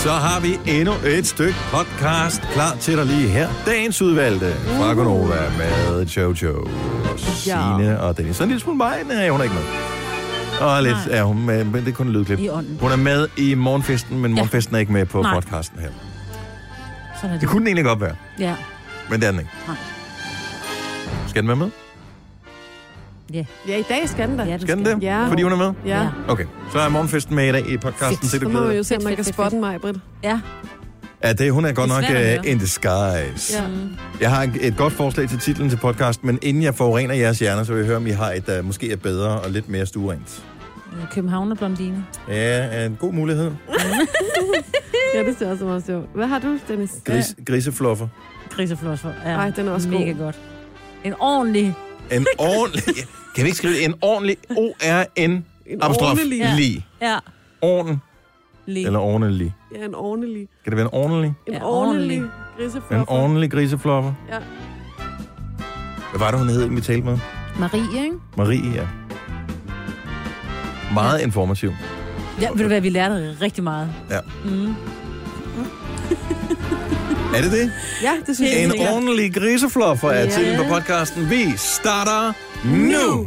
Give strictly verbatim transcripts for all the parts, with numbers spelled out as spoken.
Så har vi endnu et stykke podcast klar til dig lige her. Dagens udvalgte fra Gonova med Jojo, Signe og Dennis. Så en lille smule mig, nej, hun er ikke med. Og lidt er hun med, men det er kun en lydklip. Hun er med i morgenfesten, men morgenfesten er ikke med på nej. podcasten her. Sådan er det. Det kunne den egentlig godt være. Ja. Men det er den ikke. Nej. Skal den være med? Yeah. Ja, i dag skal den da. Ja, skal den det? Ja. Fordi hun er med? Ja. Okay, så er morgenfesten med i dag i podcasten. Så må vi jo se, om man kan spotte mig, Britt. Ja. Ja, det, hun er godt nok uh, in disguise. Ja. Jeg har et godt forslag til titlen til podcasten, men inden jeg forurener jeres hjerner, så vil jeg høre, om I har et, der måske er bedre og lidt mere stuerent. Københavner-blondine. Ja, en god mulighed. Ja, det ser også meget sjovt. Hvad har du, Dennis? Gris, grisefluffer. Grisefluffer, ja. Ej, den er også mega god. godt. En ordentlig... En ordentlig... Kan vi ikke skrive en ordentlig O R N apostrof lige? Ja. Ordentlig. Eller ordentlig. Ja, en ordentlig. Kan det være en ordentlig? En ja, ordentlig grisefluffer. En ordentlig grisefluffer. Ja. Hvad var det, hun hed, vi talte med? Marie, ikke? Marie, ja. Meget ja. informativ. Ja, ved du hvad, vi lærte rigtig meget. Ja. Mm. Er det det? Ja, det synes en jeg. En ordentlig grisefluffer er ja. titlen på podcasten. Vi starter nu!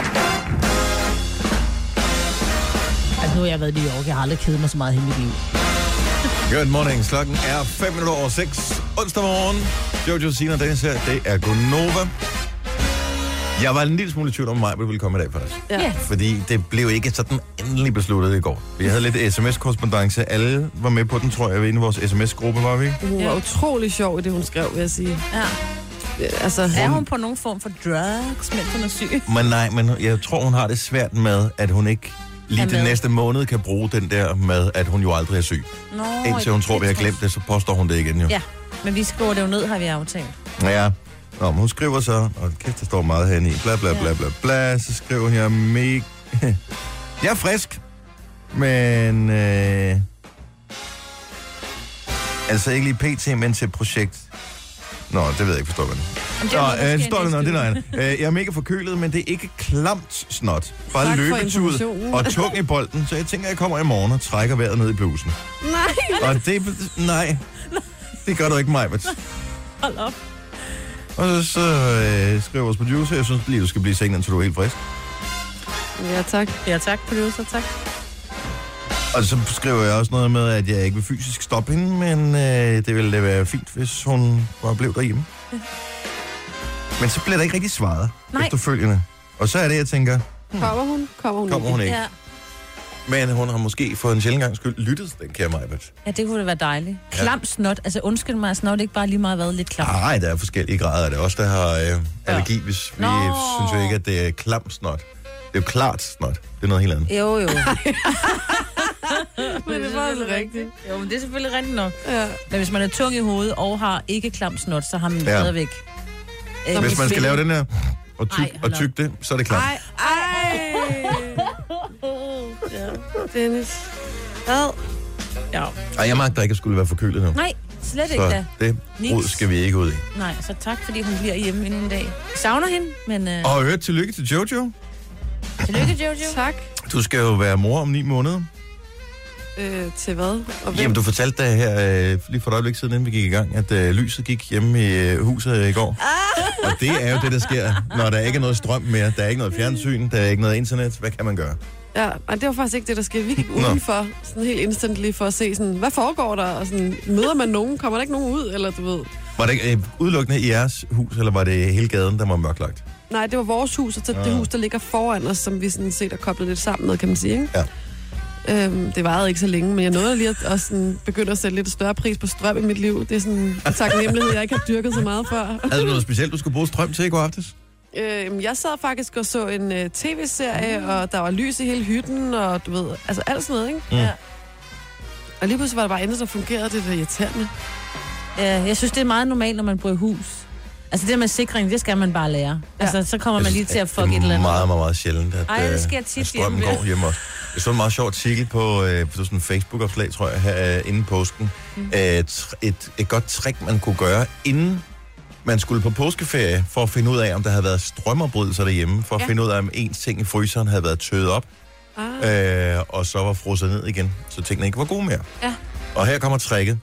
Altså, nu har jeg været i New York. Jeg har aldrig kedet mig så meget i mit liv. Good morning. Klokken er fem minutter over seks. Onsdag morgen. Jojo, Signe og Dennis her. Det er Gonova. Jeg var en lille smule i tvivl om mig, hvor det ville komme i dag faktisk. Ja. Fordi det blev ikke sådan endelig besluttet i går. Vi havde lidt sms-korrespondance. Alle var med på den, tror jeg, ved en af vores sms-gruppe, var vi ikke? Hun var ja. utrolig sjov i det, hun skrev, vil jeg sige. Ja. Altså, er hun på nogen form for drugs, mens hun er syg? Men nej, men jeg tror, hun har det svært med, at hun ikke lige den næste måned kan bruge den der med, at hun jo aldrig er syg. Nå, indtil hun tror, vi har glemt det, så påstår hun det igen jo. Ja, men vi skriver det jo ned, har vi aftalt. Ja, Nå, men hun skriver så, og kæft, der står meget herinde i, bla bla bla bla bla, så skriver hun her, meg... jeg er frisk, men... Øh... Altså ikke lige P T, men til projekt. Nå, det ved jeg ikke, forstår hvad det. Nå, øh, står det noget, det er noget øh, Jeg er mega forkølet, men det er ikke klamt snot. Bare løbetud og tung i bolden, så jeg tænker, jeg kommer i morgen og trækker vejret ned i blusen. Nej. Og det... Nej, det gør du ikke, Majbert. Hold op. Og så, så øh, skriver vores producer, jeg synes lige, du skal blive senere, så du er helt frisk. Ja, tak. Ja, tak, producer, tak. Og så skriver jeg også noget med, at jeg ikke vil fysisk stoppe hende, men øh, det ville da være fint, hvis hun bare blev derhjemme. Ja. Men så bliver der ikke rigtig svaret efterfølgende. Og så er det, jeg tænker... Hmm, kommer hun? Kommer hun, kommer hun ikke? Ja. Men hun har måske for en sjældent gang skyld lyttet den kære Majbert. Ja, det kunne da være dejligt. Ja. Klam snot. Altså undskyld mig, er snot ikke bare lige meget været lidt klam? Nej, der er forskellige grader. Det er også der har øh, allergi, ja. hvis vi Nå. synes jo ikke, at det er klam snot. Det er jo klart snot. Det er noget helt andet. Jo, jo. Men det var altså rigtigt. Jo, men det er selvfølgelig rigtigt nok. Ja. Men hvis man er tung i hovedet og har ikke klam snot, så har man ja. stadigvæk... Øh, hvis man skal lave den her og, tyk, Ej, og tygge det, så er det klart. Ej, ej. Ja. Dennis. Hvad? Ja. Ej, jeg magter ikke at skulle være forkølet nu. Nej, slet ikke da. Så det rod skal vi ikke ud i. Nej, så tak, fordi hun bliver hjemme endnu en dag. Jeg savner hende, men... Øh... Og hørt tillykke til Jojo. Tillykke, Jojo. Tak. Du skal jo være mor om ni måneder. Øh, til hvad? Og Jamen, du fortalte da her, øh, lige for et øjeblik siden, inden vi gik i gang, at øh, lyset gik hjemme i øh, huset i går. Ah! Og det er jo det, der sker, når der ikke er noget strøm mere. Der er ikke noget fjernsyn, der er ikke noget internet. Hvad kan man gøre? Ja, og det var faktisk ikke det, der skete. Vi gik udenfor, sådan helt instantly, for at se, sådan, hvad foregår der? Og sådan, møder man nogen? Kommer der ikke nogen ud? Eller du ved... Var det øh, udelukkende i jeres hus, eller var det hele gaden, der var mørklagt? Nej, det var vores hus, og så det hus, der ligger foran os, som vi sådan set er koblet lidt sammen med, kan man sige, ikke? Ja. Øhm, det varede ikke så længe, men jeg nåede lige at også sådan, begynde at sætte lidt større pris på strøm i mit liv. Det er sådan en taknemmelighed, jeg ikke har dyrket så meget før. Havde du noget specielt, du skulle bruge strøm til i går aftes? Øhm, jeg sad faktisk og så en uh, tv-serie, mm. og der var lys i hele hytten, og du ved, altså alt sådan noget, ikke? Mm. Ja. Og lige pludselig var der bare intet, der fungerede, det der irriterende. Ja, jeg synes, det er meget normalt, når man bor i hus. Altså det med sikring, det skal man bare lære. Ja. Altså så kommer man lige til at fuck et eller andet. Det er meget, meget, meget sjældent, at, Ej, det sker tit at strømmen går hjemme også. Jeg så en meget sjov artikel på, øh, på sådan en Facebook-opslag, tror jeg, her inden påsken. Mm. Et, et, et godt trick, man kunne gøre, inden man skulle på påskeferie, for at finde ud af, om der havde været strømopbrydelser derhjemme, for at ja. finde ud af, om ens ting i fryseren havde været tøet op, ah. øh, og så var frosset ned igen, så tingene ikke var gode mere. Ja. Og her kommer tricket,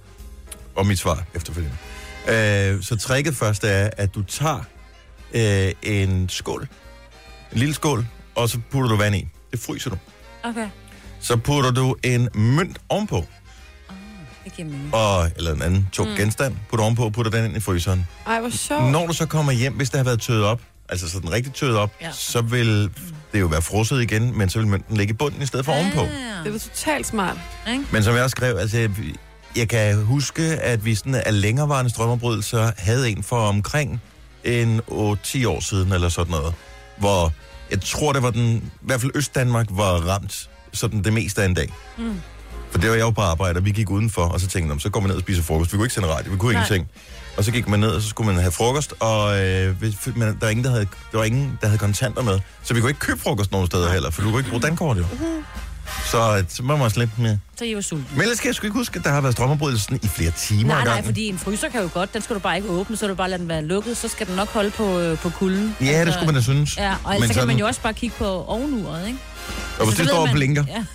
og mit svar efterfølgende. Øh, så tricket først er, at du tager øh, en skål, en lille skål, og så putter du vand i. Det fryser du. Okay. Så putter du en mønt ovenpå. Oh, det giver mening. Og, eller en anden tung mm. genstand, putter ovenpå, putter den ind i fryseren. Ej, hvor sjovt. Når du så kommer hjem, hvis det har været tøet op, altså sådan rigtig tøet op, ja. så vil det jo være frosset igen, men så vil mønten ligge i bunden i stedet for ah, ovenpå. Det er jo totalt smart. Ikke? Men som jeg også skrev, altså jeg, jeg kan huske, at vi sådan af længerevarende strømafbrydelser havde en for omkring en otte ti år siden, eller sådan noget, hvor jeg tror, det var den, i hvert fald Østdanmark var ramt sådan det meste af en dag. Mm. For det var jeg jo på arbejde, og vi gik udenfor, og så tænkte jeg, så går man ned og spiser frokost. Vi kunne ikke sende radio, vi kunne Nej. ingenting. Og så gik man ned, og så skulle man have frokost, og øh, men der var ingen, der havde, der var ingen, der havde kontanter med. Så vi kunne ikke købe frokost nogen steder heller, for du kunne ikke bruge dankort jo. Mm-hmm. Så, så må man også lidt mere. Så I var sulten. Men ellers skal jeg sgu ikke huske, at der har været strømafbrydelse sådan i flere timer. Nej, nej, fordi en fryser kan jo godt, den skal du bare ikke åbne, så du bare lade den være lukket, så skal den nok holde på, øh, på kulden. Ja, altså, det skulle man da synes. Ja, og ellers så kan man jo også bare kigge på ovenuret, ikke? Og hvis det står og blinker. Ja.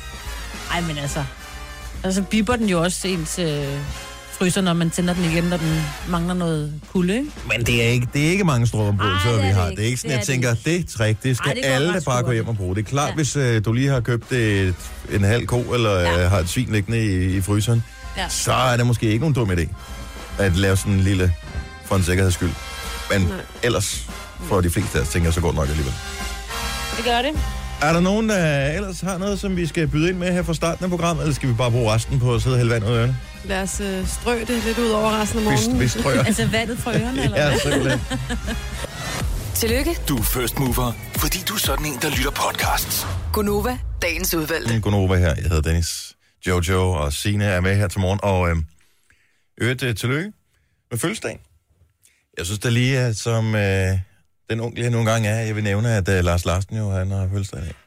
Ej, men altså, altså bipper den jo også ens øh, fryser, når man tænder den igen, når den mangler noget kulde, ikke? Men det er ikke, det er ikke mange strømafbrydelser, vi har. Det er ikke sådan, jeg tænker, det trick, det skal Ej, det alle bare, bare gå hjem og bruge. Det er klart, ja. hvis øh, du lige har købt et, en halv ko, eller ja. øh, har et svin liggende i, i fryseren, ja. så er det måske ikke nogen dum idé at lave sådan en lille, for en sikkerheds skyld. Men Nej. ellers, for de fleste af os, tænker jeg, så går det nok alligevel. Det gør det. Er der nogen, der ellers har noget, som vi skal byde ind med her fra starten af programmet, eller skal vi bare bruge resten på at sidde og hælde vand ud af ørerne? Lad os øh, strø det lidt ud over resten af morgenen. Vi, vi strøger. Altså vandet fra ørerne, eller ja, simpelthen. Tillykke. Du er first mover, fordi du er sådan en, der lytter podcasts. Gunova, dagens udvalgte. Gunova her. Jeg hedder Dennis. Jojo og Signe er med her til morgen. Og øh, øvrigt øh, tillykke med fødselsdagen. Jeg synes da lige, at som øh, den onkel jeg nogle gange er, jeg vil nævne, at øh, Lars Larsen jo, han har fødselsdag af.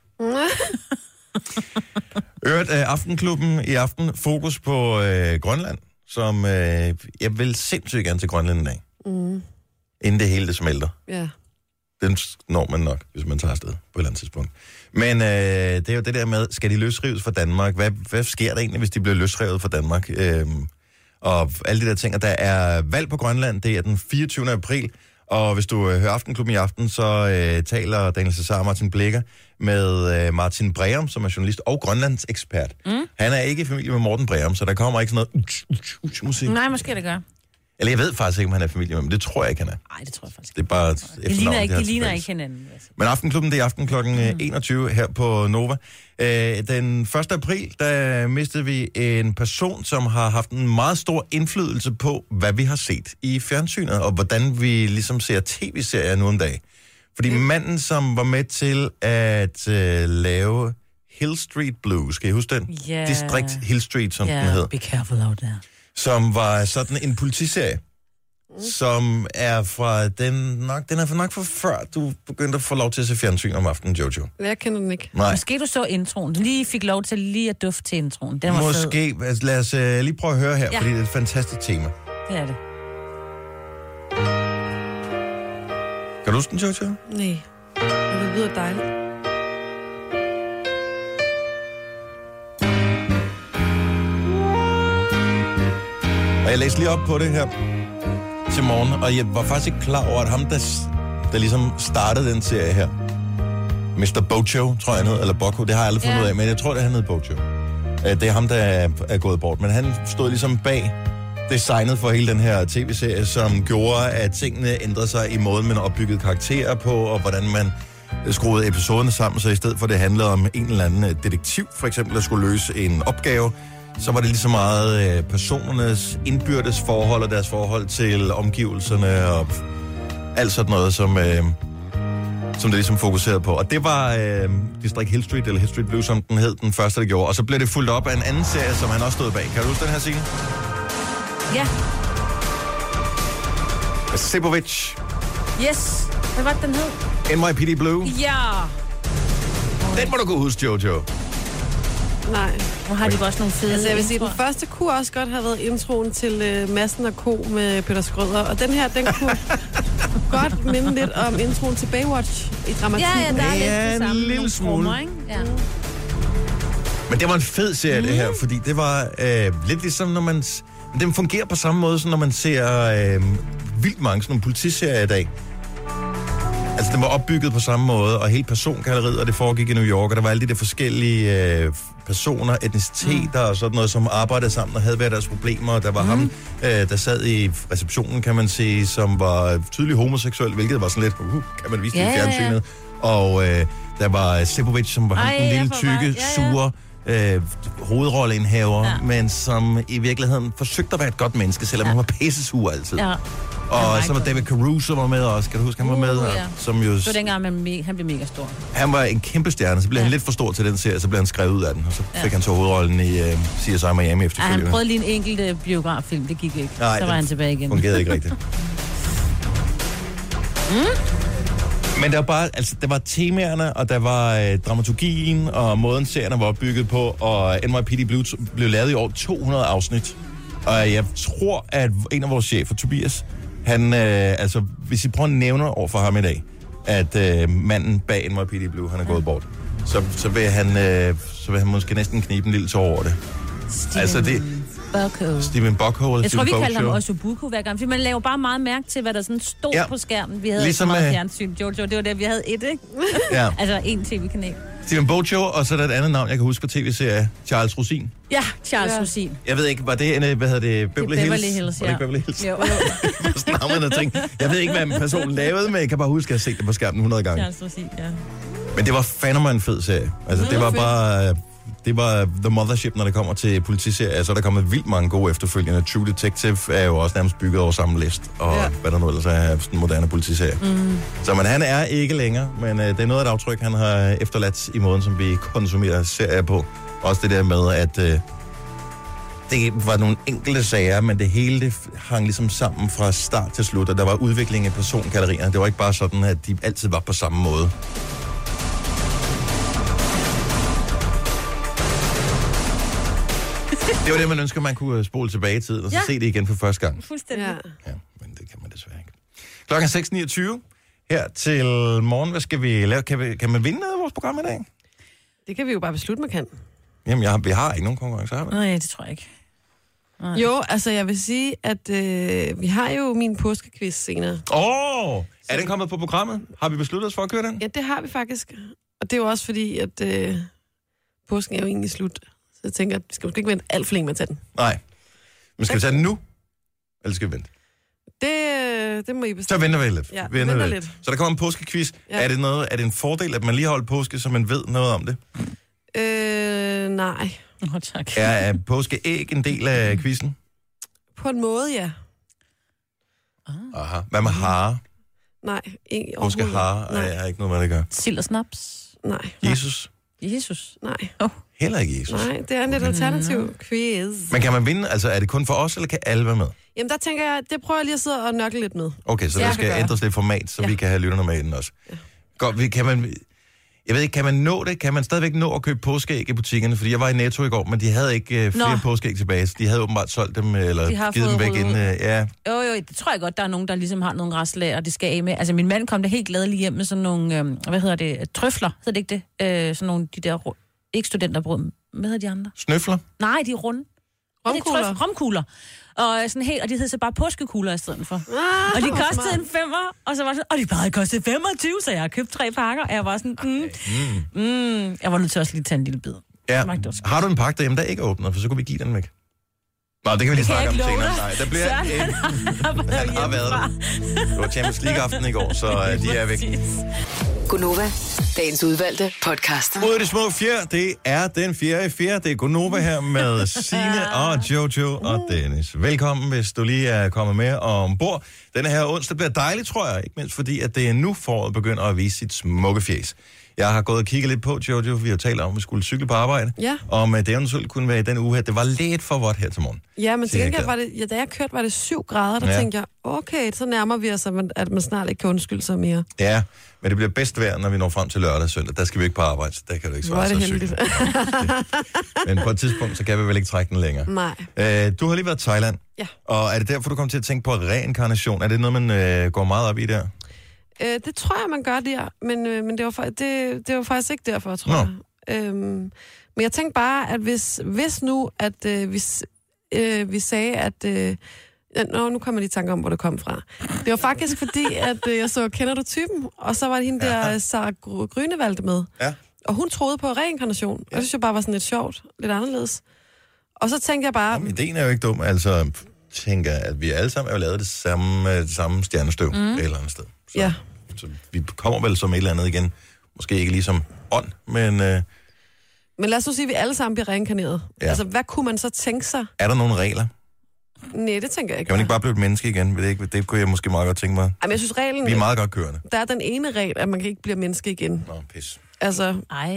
Øvrigt øh, Aftenklubben i aften fokus på øh, Grønland, som øh, jeg vil sindssygt gerne til Grønland en dag. Mm. Inden det hele det smelter. Ja. Yeah. Den når man nok, hvis man tager afsted på et eller andet tidspunkt. Men øh, det er jo det der med, skal de løsrives fra Danmark? Hvad, hvad sker der egentlig, hvis de bliver løsrevet fra Danmark? Øh, og alle de der ting. Og der er valg på Grønland, det er den fireogtyvende april. Og hvis du øh, hører Aftenklubben i aften, så øh, taler Daniel Cesar og Martin Blikker med øh, Martin Breum, som er journalist og Grønlands ekspert. Mm. Han er ikke i familie med Morten Breum, så der kommer ikke sådan noget uh, uh, uh, musik. Nej, måske det gør. Eller jeg ved faktisk ikke, om han er i familie med, men det tror jeg ikke, han er. Nej, det tror jeg faktisk ikke. Det er bare et det ligner ikke, de ligner ikke hinanden. Altså. Men Aftenklubben, det er aften klokken mm. enogtyve her på Nova. Øh, den første april, der mistede vi en person, som har haft en meget stor indflydelse på, hvad vi har set i fjernsynet, og hvordan vi ligesom ser tv-serier nu om dagen. Fordi mm. manden, som var med til at øh, lave Hill Street Blues, skal I huske den? Yeah. District Hill Street, som yeah, den hed. Be careful out there. Som var sådan en politiserie, mm. som er fra den nok, den er for nok for før, du begyndte at få lov til at se fjernsyn om aftenen, Jojo. Jeg kender den ikke. Nej. Måske du så introen. Du lige fik lov til lige at dufte til introen. Den var Måske. Fed. Lad os uh, lige prøve at høre her, ja. fordi det er et fantastisk tema. Det er det. Kan du huske den, Jojo? Nej. Det lyder dejligt. Og jeg læste lige op på det her til morgen, og jeg var faktisk ikke klar over, at ham, der, der ligesom startede den serie her, mister Bojo, tror jeg han hed, eller Boko, det har jeg aldrig fundet yeah. ud af, men jeg tror, det han hed Bojo. Det er ham, der er, er gået bort, men han stod ligesom bag designet for hele den her tv-serie, som gjorde, at tingene ændrede sig i måden, man opbyggede karakterer på, og hvordan man skruede episoderne sammen, så i stedet for, det handlede om en eller anden detektiv, for eksempel, der skulle løse en opgave, så var det lige så meget øh, personernes indbyrdes forhold og deres forhold til omgivelserne og alt sådan noget, som, øh, som det ligesom fokuserede på. Og det var øh, District Hill Street, eller Hill Street Blues, som den hed, den første, der gjorde. Og så blev det fulgt op af en anden serie, som han også stod bag. Kan du huske den her, Signe? Ja. Sipovic. Yes. Hvad var det, den hed? N Y P D Blue. Ja. Den må du kunne huske, Jojo. Nej. Nu har de også nogle fede altså, jeg vil sige, den første kunne også godt have været introen til uh, Madsen og Co. med Peter Skrøder. Og den her, den kunne godt minde lidt om introen til Baywatch i dramatikken. Ja, ja, der er ja, lidt det samme. En lille smule. Trommer, ikke? Ja. Men det var en fed serie, mm. det her, fordi det var øh, lidt ligesom, når man... Den fungerer på samme måde, som når man ser øh, vildt mange sådan nogle politiserier i dag. Altså, den var opbygget på samme måde, og hele persongalleriet, og det foregik i New York, og der var alle de der forskellige øh, personer, etniciteter mm. og sådan noget, som arbejdede sammen og havde hver deres problemer. Der var mm. ham, øh, der sad i receptionen, kan man sige, som var tydeligt homoseksuel, hvilket var sådan lidt, uh, kan man vise det yeah, i fjernsynet. Ja. Og øh, der var Sepovic, som var ham, den lille, tykke, ja, ja. sure øh, hovedrolleindhaver, ja. men som i virkeligheden forsøgte at være et godt menneske, selvom ja. han var pæsesur altid. Ja. Og så var David Caruso var med også. Kan du huske, han var med? Uh, ja. Som jo... Det var dengang, han, han blev mega stor. Han var en kæmpe stjerne, så blev ja. han lidt for stor til den serie, så blev han skrevet ud af den, og så fik ja. han så hovedrollen i uh, C S I Miami efterfølgende. Ja, han prøvede lige en enkelt uh, biograffilm, det gik ikke. Nej, så var han tilbage igen. Fungerede ikke rigtigt. mm? Men der var bare, altså, der var temaerne, og der var øh, dramaturgien, og måden serierne var opbygget på, og N Y P D Blue blev lavet i over to hundrede afsnit. Og jeg tror, at en af vores chefer, Tobias, han, øh, altså, hvis I prøver at nævne over for ham i dag, at øh, manden bag N Y P D Blue, han er gået bort, så, så, vil han, øh, så vil han måske næsten knibe en lille tår over det. Steven altså, det... Bucko. Steven Bucko. Jeg tror, vi kalder ham også Bucko hver gang, for man laver bare meget mærke til, hvad der sådan stod ja. på skærmen. Vi havde ligesom meget fjernsyn, Jojo. Det var det, vi havde et, ikke? Ja. Altså en tv-kanal. Steven Bojo, og så er der et andet navn, jeg kan huske på tv-serie, Charles Rosin. Ja, Charles ja. Rosin. Jeg ved ikke, var det en, hvad hedder det, Beverly Hills? Beverly Hills, ja. Var det Beverly Hills? Jo. Sådan ting. Jeg ved ikke, hvad personen lavede, men jeg kan bare huske, at jeg har set det på skærmen hundrede gange. Charles Rosin, ja. Men det var fandme en fed serie. Altså, det var bare... Det var the mothership, når det kommer til politiserier. Så er der kommet vildt mange gode efterfølgende. True Detective er jo også nærmest bygget over samme list. Og ja. hvad der nu ellers er sådan en moderne politiserier. Mm. Så men han er ikke længere. Men øh, det er noget af et aftryk, han har efterladt i måden, som vi konsumerer serier på. Også det der med, at øh, det var nogle enkelte sager, men det hele det hang ligesom sammen fra start til slut. Og der var udvikling i persongallerierne. Det var ikke bare sådan, at de altid var på samme måde. Det var det, man ønsker, man kunne spole tilbage i tiden, og så ja. se det igen for første gang. Fuldstændig. Ja. ja, men det kan man desværre ikke. Klokken er seks niogtyve. Her til morgen, hvad skal vi lave? Kan, vi, kan man vinde noget af vores program i dag? Det kan vi jo bare beslutte, man kan. Jamen, jeg har, vi har ikke nogen konkurrence, har vi? Nej, det tror jeg ikke. Nej. Jo, altså jeg vil sige, at øh, vi har jo min påskequiz senere. Åh! Oh, er den kommet på programmet? Har vi besluttet os for at køre den? Ja, det har vi faktisk. Og det er jo også fordi, at øh, påsken er jo egentlig slut. Så jeg tænker, at vi skal måske ikke vente alt for længe med at tage den. Nej. Men skal vi tage den nu? Eller skal vi vente? Det, det må I bestemme. Så venter vi lidt. Ja, vi venter venter lidt. lidt. Så der kommer en påskequiz. Ja. Er det noget, er det en fordel, at man lige holder påske, så man ved noget om det? Øh, nej. Åh, oh, tak. Er, er påskeæg en del af quizzen? På en måde, ja. Aha. Hvad med hare? Nej, ikke påskehare er ikke noget, man det gør. Sild og snaps? Nej. Jesus? Jesus? Nej. Oh. Heller ikke Jesus? Nej, det er en lidt alternativ quiz. Men kan man vinde? Altså, er det kun for os, eller kan alle være med? Jamen, der tænker jeg, det prøver jeg lige at sidde og nørkle lidt med. Okay, så, så der skal ændres lidt format, så ja. vi kan have lytterne med i den også. Ja. Godt, kan man... Jeg ved ikke, kan man nå det? Kan man stadigvæk nå at købe påskeæg i butikkerne? Fordi jeg var i Netto i går, men de havde ikke uh, flere Nå. påskeæg tilbage. De havde åbenbart solgt dem, eller de givet dem væk inden. Uh, ja. Jo, jo, det tror jeg godt, der er nogen, der ligesom har nogle restlager, de skal af med. Altså, min mand kom da helt gladelig hjem med sådan nogle, øh, hvad hedder det, trøfler, hedder det ikke det? Øh, sådan nogle, de der, ikke studenterbrød, hvad hedder de andre? Snøfler? Nej, de er runde. Romkugler. Romkugler. Og sådan helt, og de hed så bare påskekugler i stedet for. Ah, og de kostede en femmer, og så var det sådan, og de bare kostede femogtyve, så jeg har købt tre pakker, og jeg var sådan, mm, mm, jeg var nødt til også lige tage en lille bid. Ja. Har du en pakke derhjemme, der ikke er åbnet, for så kunne vi give den væk? Nå, det kan vi lige snakke om senere. Nej, der bliver en... Han har været der. Det var Champions League-aften i går, så uh, de er væk. Gonova, dagens udvalgte podcast. Ud af de små fjer, det er den fjerde i fjerde. Det er Gonova her med Signe og Jojo og Dennis. Velkommen, hvis du lige er kommet med ombord. Denne her onsdag bliver dejlig, tror jeg. Ikke mindst fordi, at det er nu foråret begynder at vise sit smukke fjes. Jeg har gået og kigget lidt på, Jojo, vi har talt om, at vi skulle cykle på arbejde. Ja. Om at det eventuelt kunne være i den uge her. Det var lidt for vådt her til morgen. Ja, men til gengæld var det, ja, da jeg kørte, var det syv grader, der ja. tænkte jeg, okay, så nærmer vi os, at man snart ikke kan undskylde sig mere. Ja, men det bliver bedst vejr, når vi når frem til lørdag og søndag. Der skal vi ikke på arbejde, så der kan du ikke svare sig at cykle. Men på et tidspunkt, så kan vi vel ikke trække den længere. Nej. Øh, du har lige været i Thailand. Ja. Og er det derfor, du kom til at tænke på reinkarnation? Er det noget, man øh, går meget op i der? Øh, det tror jeg, man gør der, men, øh, men det, var, det, det var faktisk ikke derfor, tror Nå. jeg. Øhm, men jeg tænkte bare, at hvis, hvis nu, at øh, vi, øh, vi sagde, at... Øh, Nå, nu kommer jeg lige i tanke om, hvor det kom fra. Det var faktisk fordi, at øh, jeg så Kender du typen? Og så var det hende der, Sarah Grønewald med. Ja. Og hun troede på reinkarnation. Ja. Og det synes jeg bare var sådan lidt sjovt. Lidt anderledes. Og så tænkte jeg bare... Jamen, ideen er jo ikke dum. Altså, tænker at vi alle sammen er jo lavet det samme, det samme stjernestøv mm. et eller andet sted. Så, ja. Så vi kommer vel som et eller andet igen. Måske ikke ligesom ånd, men... Øh... Men lad os nu sige, at vi alle sammen bliver reinkarneret. Ja. Altså, hvad kunne man så tænke sig? Er der nogle regler? Nej, det tænker jeg ikke. Kan man ikke bare blive et menneske igen? Det, ikke, det kunne jeg måske meget godt tænke mig. Jamen, jeg synes, reglen... Vi er meget godt kørende. Der er den ene regel, at man kan ikke blive menneske igen. Nå, pis. Altså... Ej.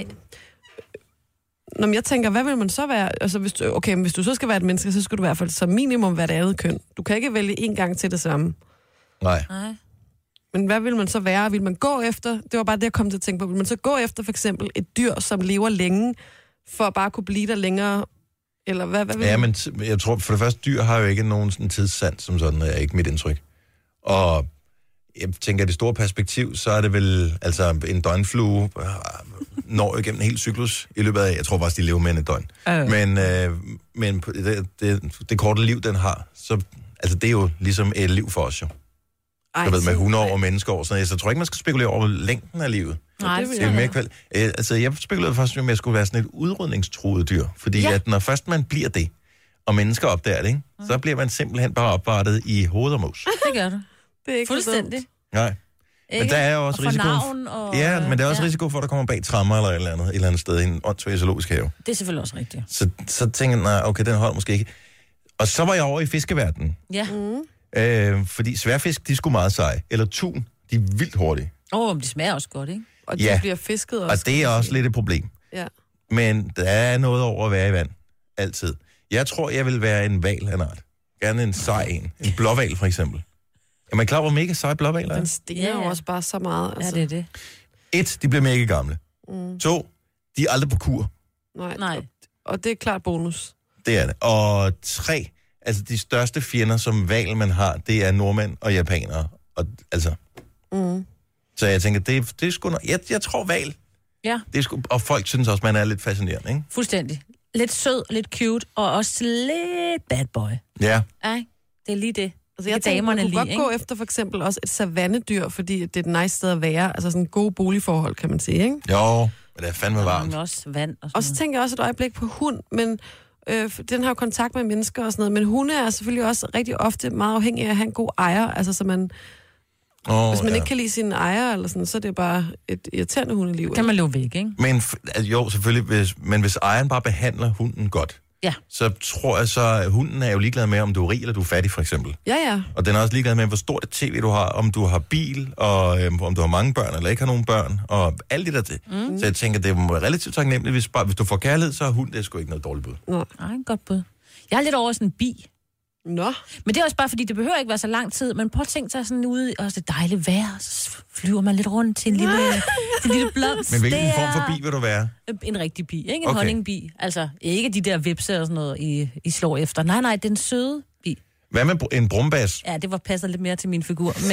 Når jeg tænker, hvad vil man så være? Altså, hvis du, okay, men hvis du så skal være et menneske, så skal du i hvert fald som minimum være det andet køn. Du kan ikke vælge en gang til det samme. Nej. Nej. Men hvad vil man så være? Vil man gå efter? Det var bare det, jeg kom til at tænke på. Vil man så gå efter for eksempel et dyr, som lever længe, for at bare kunne blive der længere? Eller hvad, hvad vil ja, man? men t- jeg tror, for det første, dyr har jo ikke nogen sådan tidssand, som sådan er ikke mit indtryk. Og jeg tænker, at det store perspektiv, så er det vel, altså en døgnflue når jo igennem en hel cyklus i løbet af, jeg tror faktisk, de lever med en døgn. Øh. Men, øh, men det, det, det korte liv, den har, så altså det er jo ligesom et liv for os jo. Ej, jeg ved, med hundrede år og menneskeår, så jeg, så jeg tror ikke, man skal spekulere over længden af livet. Nej, det det er mere kval... Altså, jeg spekulerede først, om jeg skulle være sådan et udrydningstruet dyr. Fordi ja. at når først man bliver det, og mennesker opdager det, ikke, mm. så bliver man simpelthen bare opvartet i hoved og mos. Det gør du. Det er ikke fuldstændig. Nej. Ikke? Men der er jo også og risiko... Og... Ja, men der er også ja. risiko for, at der kommer bag trammer eller et eller andet, et eller andet sted i en åndssvag zoologisk have. Det er selvfølgelig også rigtigt. Så, så tænker jeg, nej, okay, den holder måske ikke. Og så var jeg over i fiskeverdenen. Ja. Mm. Øh, fordi sværfisk, de er sgu meget seje. Eller tun, de er vildt hurtige. Åh, oh, de smager også godt, ikke? Og de ja. bliver fisket også. Og det er også lidt et problem. Ja. Men der er noget over at være i vand. Altid. Jeg tror, jeg vil være en hval af en art. Gerne en sej en. En blåhval, for eksempel. Er man klar, hvor mega sej blåhval er? Den stiger jo ja. også bare så meget. Ja, Altså. det er det. Et, de bliver mega gamle. Mm. To, de er aldrig på kur. Nej. Nej. Og, og det er klart bonus. Det er det. Og tre, altså de største fjender, som hval man har, det er nordmænd og japanere. Og, altså... Mm. Så jeg tænker, det, det er sgu... Jeg, jeg tror hval. Ja. Det er sgu, og folk synes også, man er lidt fascinerende, ikke? Fuldstændig. Lidt sød, lidt cute, og også lidt bad boy. Ja. Ej, det er lige det. Altså, jeg tænker, man kunne lige, godt ikke? gå efter for eksempel også et savannedyr, fordi det er et nice sted at være. Altså sådan gode boligforhold, kan man sige, ikke? Jo, men det er fandme varmt. Og også vand og sådan Og så tænker jeg også et øjeblik på hund, men øh, den har jo kontakt med mennesker og sådan noget, men hunde er selvfølgelig også rigtig ofte meget afhængige af at have en god ejer, altså så man... Oh, hvis man ja. ikke kan lide sine ejer, eller sådan, så er det bare et irriterende hundeliv. Kan man løbe væk, ikke? Men altså, jo, selvfølgelig, hvis, men hvis ejeren bare behandler hunden godt, ja. så tror jeg så, at hunden er jo ligeglad med, om du er rig eller du er fattig, for eksempel. Ja, ja. Og den er også ligeglad med, hvor stort et tv du har, om du har bil, og øhm, om du har mange børn eller ikke har nogen børn, og alt det der til. Mm. Så jeg tænker, det er relativt taknemmeligt, hvis, bare, hvis du får kærlighed, så er hund, det er sgu ikke noget dårligt bud. Nej, en godt bud. Jeg er lidt over sådan en bi. Nå. Men det er også bare, fordi det behøver ikke være så lang tid. Men prøv at tænke sig sådan ude, og det dejlige vejr, så flyver man lidt rundt til en lille, til en lille blomst. Men hvilken der... form for bi vil du være? En rigtig bi, ikke? En okay. honningbi. Altså, ikke de der vipse og sådan noget, I, I slår efter. Nej, nej, den søde bi. Hvad med en brumbas? Ja, det var passet lidt mere til min figur, men...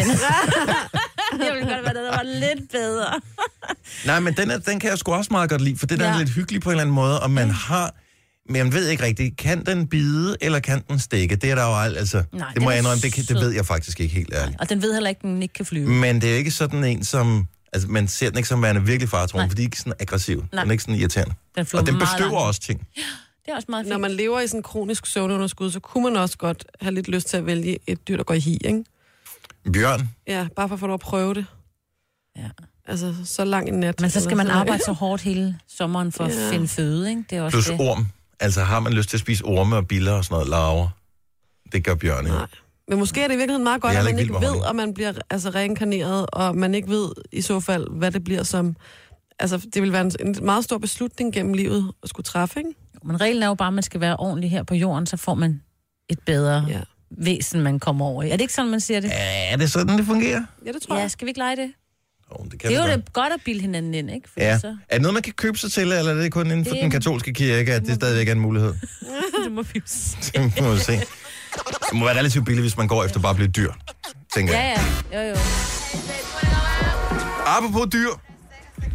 jeg ville godt være det, der var lidt bedre. Nej, men den, er, den kan jeg sgu også meget godt lide, for det der ja. er lidt hyggeligt på en eller anden måde, og man har... Men jeg ved ikke rigtigt, kan den bide, eller kan den stikke? Det er der jo alt, altså... Nej, det må jeg indrømme, det, det, det ved jeg faktisk ikke helt ærligt. Og den ved heller ikke, den ikke kan flyve. Men det er ikke sådan en, som... Altså, man ser den ikke som værende virkelig faretruende, fordi den er ikke sådan aggressiv. Nej. Den er ikke sådan irriterende. Den og den bestøver også ting. Ja, det er også meget fint. Når man lever i sådan en kronisk søvnunderskud, så kunne man også godt have lidt lyst til at vælge et dyr, der går i hi, ikke? Bjørn? Ja, bare for at få lov at prøve det. Ja. Altså, så lang en nat. Men så skal man arbejde så hårdt hele sommeren for ja. at finde føde, ikke? Det er også plus det. Orm. Altså, har man lyst til at spise orme og biller og sådan noget larver? Det gør bjørne. Nej. Men måske er det i virkeligheden meget godt, at man ikke ved, om man bliver altså, reinkarneret, og man ikke ved i så fald, hvad det bliver som... Altså, det vil være en, en meget stor beslutning gennem livet at skulle træffe, ikke? Men reglen er jo bare, at man skal være ordentlig her på jorden, så får man et bedre ja. væsen, man kommer over i. Er det ikke sådan, man siger det? Er det sådan, det fungerer? Ja, det tror jeg. Ja, skal vi ikke lege det? Oh, det, kan det er jo gøre. det godt at bilde hinanden ind, ikke? Fordi ja. Så... Er det noget, man kan købe sig til, eller er det kun inden for det... den katolske kirke, at det, det stadigvæk er en mulighed? det må vi jo se. det må vi se. Det må være relativt billigt, hvis man går efter bare at blive dyr, tænker jeg. Ja, ja. Jo, jo. Apropos dyr.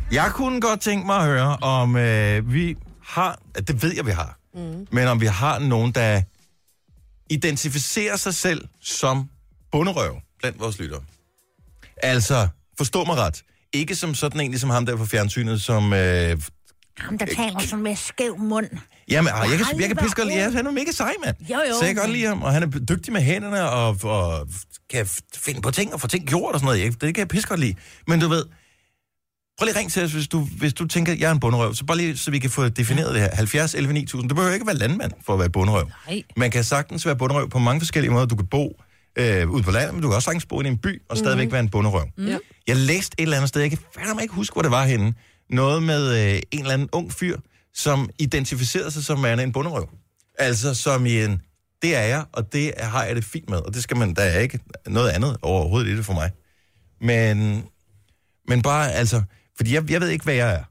Jeg kunne godt tænke mig at høre, om øh, vi har, det ved jeg, vi har, mm. men om vi har nogen, der identificerer sig selv som bunderøv blandt vores lyttere. Altså, forstå mig ret. Ikke som sådan en, ligesom ham der på fjernsynet, som... Øh, ham, der taler sådan med skæv mund. Jamen, jeg, jeg, kan, jeg kan pisse godt lide, han er mega sej, mand. Jo, jo. Så jeg kan godt lide ham, og han er dygtig med hænderne, og, og kan finde på ting, og få ting gjort og sådan noget. Det kan jeg pisse godt lide. Men du ved, prøv lige at ringe til os, hvis du, hvis du tænker, at jeg er en bunderøv. Så bare lige, så vi kan få defineret det her. halvfjerds elleve ni tusind. Du behøver ikke være landmand for at være bunderøv. Nej. Man kan sagtens være bunderøv på mange forskellige måder. Du kan bo øh, ude på landet, men du kan også sagtens bo i en by, og stadigvæk mm-hmm. være en bunderøv. Mm. Jeg læste et eller andet sted, jeg kan fandme ikke huske, hvor det var henne. Noget med øh, en eller anden ung fyr, som identificerede sig som en bunderøv. Altså som i en, det er jeg, og det har jeg det fint med. Og det skal man, der er ikke noget andet overhovedet i det for mig. Men, men bare altså, fordi jeg, jeg ved ikke, hvad jeg er.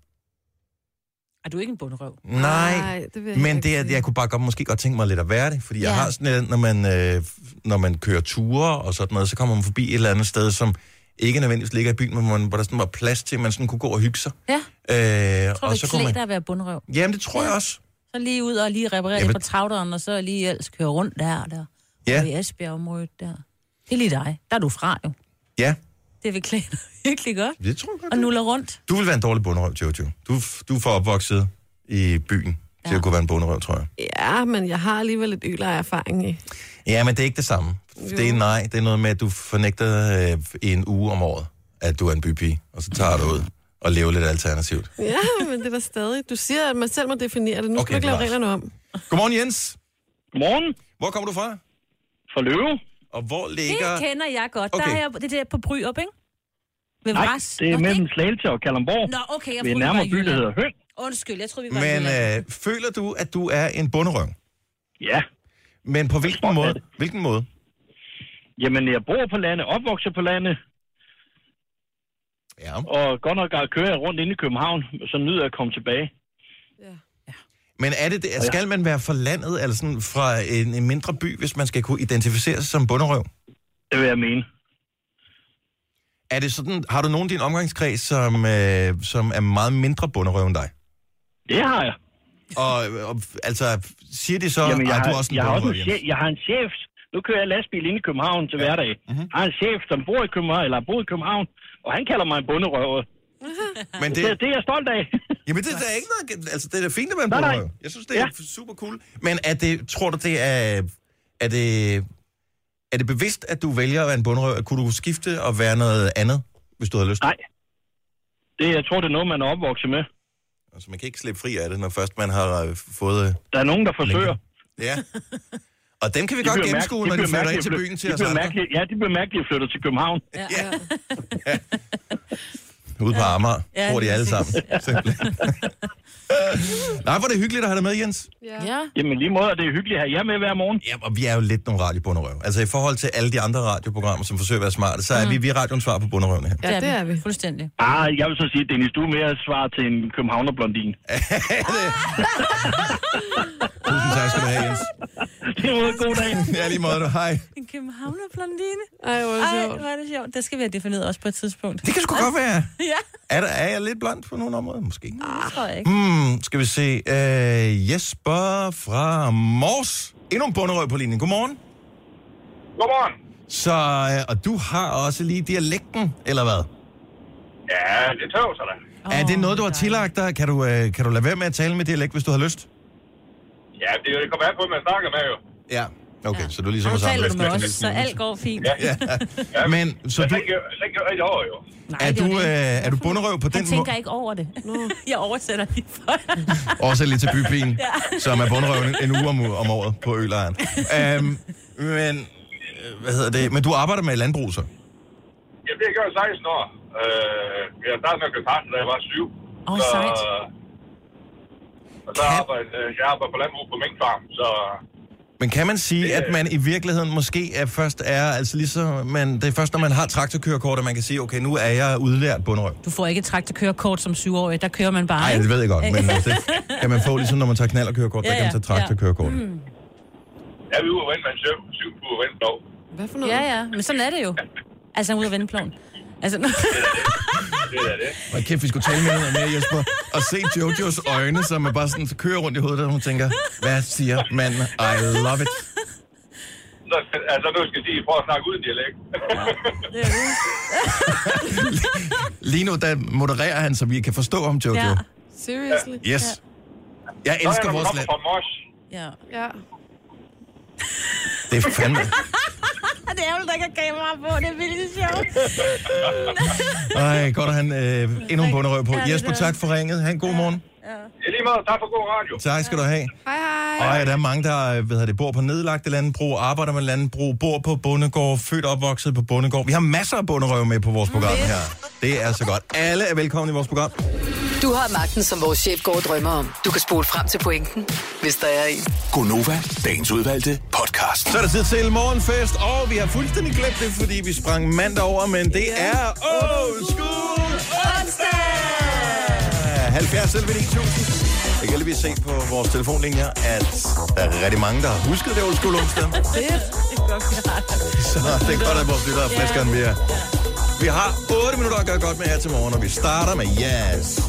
Er du ikke en bunderøv? Nej, Nej det men det er, jeg kunne bare godt, måske godt tænke mig lidt at være det. Fordi ja. jeg har sådan når man, øh, når man kører ture og sådan noget, så kommer man forbi et eller andet sted, som ikke nødvendigvis ligger i byen, men hvor der sådan var plads til, at man sådan kunne gå og hygge sig. Ja. Øh, jeg tror, og det så klæder man... dig at være bunderøv. Jamen, det tror ja. jeg også. Så lige ud og lige reparere Jamen... på travderen, og så lige ellers køre rundt der og der. Ja. Og i Esbjerg-området der. Det er lige dig. Der er du fra jo. Ja. Det vil klæde dig virkelig godt. Det tror jeg godt. Og nuller rundt. Du vil være en dårlig bunderøv, Jojo. Du, du er for opvokset i byen til ja. at kunne være en bunderøv, tror jeg. Ja, men jeg har alligevel lidt yler-erfaring i. Ja, men det er ikke det samme. Jo. Det er nej. Det er noget med, at du fornægter øh, i en uge om året, at du er en bypige, og så tager du ud og lever lidt alternativt. Ja, men det er da stadig. Du siger, at man selv må definere det. Nu okay, skal du ikke lave reglerne om. Godmorgen, Jens. Godmorgen. Hvor kommer du fra? Fra Løve. Og hvor ligger... Det kender jeg godt. Okay. Der er jeg, det er der på Bryrup, ikke? Ved Nej, Vras. Det er mellem Slagelse og Kalundborg. Nå, okay, jeg tror, vi nærmere by, der hedder Høng. Undskyld, jeg tror, vi var Men øh, føler du, at du er en bunderøv? Ja. Men på hvilken måde? Hvilken måde? Jamen, jeg bor på landet, opvokset på landet. Ja. Og godt nok kører jeg rundt inde i København, så nyder jeg at komme tilbage. Ja. Ja. Men er det, det skal man være fra landet, eller sådan fra en, en mindre by, hvis man skal kunne identificere sig som bunderøv? Det vil jeg mene. Er det sådan, har du nogen i din omgangskreds, som, øh, som er meget mindre bunderøv end dig? Det har jeg. Og, og altså, siger de så, Jamen, at du har, også en jeg bunderøv, har også en chef, Jeg har en chef. Nu kører jeg lastbil ind i København til ja. hverdag. Mm-hmm. Jeg har en chef, som bor i København, eller bor i København, og han kalder mig en bunderøv. Men det... det, det er jeg stolt af. Jamen, det, det er ikke noget... Altså, det er da fint at være en bunderøv. Jeg synes, det er ja. super cool. Men er det, tror du, det er... Er det... Er det bevidst, at du vælger at være en bunderøv? Kunne du skifte og være noget andet, hvis du havde lyst? Nej. Det, jeg tror, det er noget, man er opvokset med. Altså, man kan ikke slippe fri af det, når først man har fået... Der er nogen, der forsøger. Ja. Og dem kan vi de godt gennemskue, når de flytter ind til byen til os andre. Ja, de bliver mærkeligt at flytte til København. Ja. ja. ja. Ude på Amager ja, bor de alle sammen. Nej, hvor er det hyggeligt at have dig med, Jens. Ja. ja. Jamen lige måde, det er hyggeligt at have jer med hver morgen. Ja, og vi er jo lidt nogle radiobunderøv. Altså i forhold til alle de andre radioprogrammer, som forsøger at være smarte, så er mm. vi, vi er radioens svar på bunderøvene her. Ja, det er vi. Fuldstændig. Ah, jeg vil så sige, Dennis, du er mere svar til en københavnerblondine. Tusind tak skal du have, Jens. Det var en god dag. Ja, lige måde du. Hej. En københavnerblondine. Ej, hvor er det sjovt. Ej, hvor er det sjovt. Det skal vi have defineret også på et tidspunkt. Det kan sgu godt være. Ja. Er, der, er jeg lidt blond på nogle områder? Måske. Ah, det tror jeg ikke. Hmm, skal vi se. Uh, Jesper fra Mors. Endnu en bunderøv på linjen. Godmorgen. Godmorgen. Så, uh, og du har også lige dialekten, eller hvad? Ja, det tøver sig da. Oh, er det noget, du har tillagt dig? Kan du, uh, kan du lade være med at tale med dialekt, hvis du har lyst? Ja, det, det kommer an på, at man snakker med jo. Ja, okay, ja. Så du er ligesom og sammen. Og du taler du med os, så alt går fint. Ja, ja. ja. Men, så jeg du... Jeg tænker ikke over, jo. Nej, er, du, øh, er du bunderøv på den måde? Han tænker ikke over det. No. Jeg oversætter lige for Oversætter lige til bypigen, ja. Som er bunderøv en, en uge om, om året på ølejren. um, men, hvad hedder det? Men du arbejder med landbrug, så? Ja, det har jeg gjort seksten år. Uh, jeg startede med at køre karten, da jeg var syv. Åh, oh, sejt. Og så arbejder jeg arbejder på landbrug på minkfarm, så... Men kan man sige, at man i virkeligheden måske er først er, altså ligesom, man, det er først, når man har traktorkørekort, at man kan sige, okay, nu er jeg udlært bunderøv. Du får ikke et traktorkørekort som syvårig, der kører man bare, Nej, det ved jeg godt, men det kan man få ligesom, når man tager knallerkørekort, ja, ja. Der kan man tage traktorkørekort. Ja. Mm. Ja, vi er ude at vende med en syv, syv på at vende plov. Hvad for noget? Ja, ja, men sådan er det jo. Altså, ude at vende ploven. Altså, det er det. Og kæft, vi skulle tale med noget mere, Jesper. Og se Jojos øjne, som er bare sådan kører rundt i hovedet, og hun tænker, hvad siger manden? I love it. Så, altså, nu skal jeg sige, prøv at snakke uden dialekt. Det er det. Lige nu, der modererer han, så vi kan forstå ham, Jojo. Ja. Seriously? Yes. Jeg Nå, elsker ja, vores kommer land. fra Mors. Ja. Ja. Det er fandme... Det er jo, der ikke er kamera på. Det er virkelig sjovt. Ej, godt at han øh, endnu en bunderøv på. Ja, det Jesper, er. tak for ringet. Ha' en god morgen. I lige måde, tak for god radio. Tak skal du have. Hej, hej. Og ja, der er mange, der hvad hedder det, bor på nedlagte landbrug, arbejder med landbrug, bor på bondegård, født og opvokset på bondegård. Vi har masser af bunderøv med på vores program her. Det er så godt. Alle er velkomne i vores program. Du har magten, som vores chef går og drømmer om. Du kan spole frem til pointen, hvis der er en. Gonova, dagens udvalgte podcast. Så er der tid til morgenfest, og vi har fuldstændig glemt det, fordi vi sprang mandag over, men det er Old School onsdag! halvfjerds elleve ni tusind. Jeg kan lige se på vores telefonlinjer, at der er rigtig mange, der har husket det Old School onsdag. Så det er godt, at vores lyttere er friskere end vi er. Vi har otte minutter at gøre godt med her til morgen, og vi starter med Yes.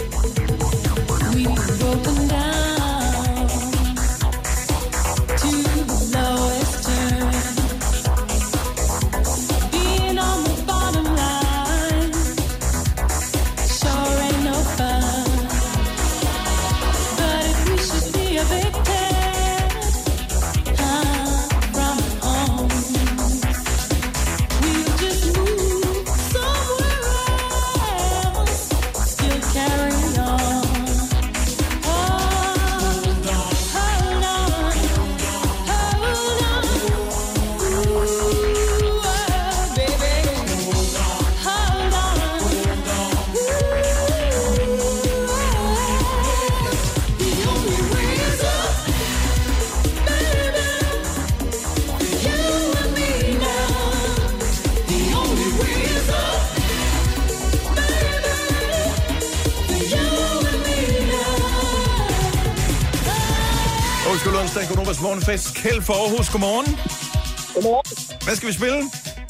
Godnovas morgenfest. Kjeld for Aarhus, godmorgen. Godmorgen. Hvad skal vi spille?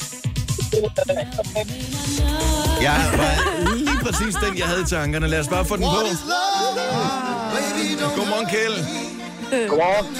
Ja, var lige præcis den, jeg havde i tankerne. Lad os bare få den på. Godmorgen, Kjeld. Godmorgen.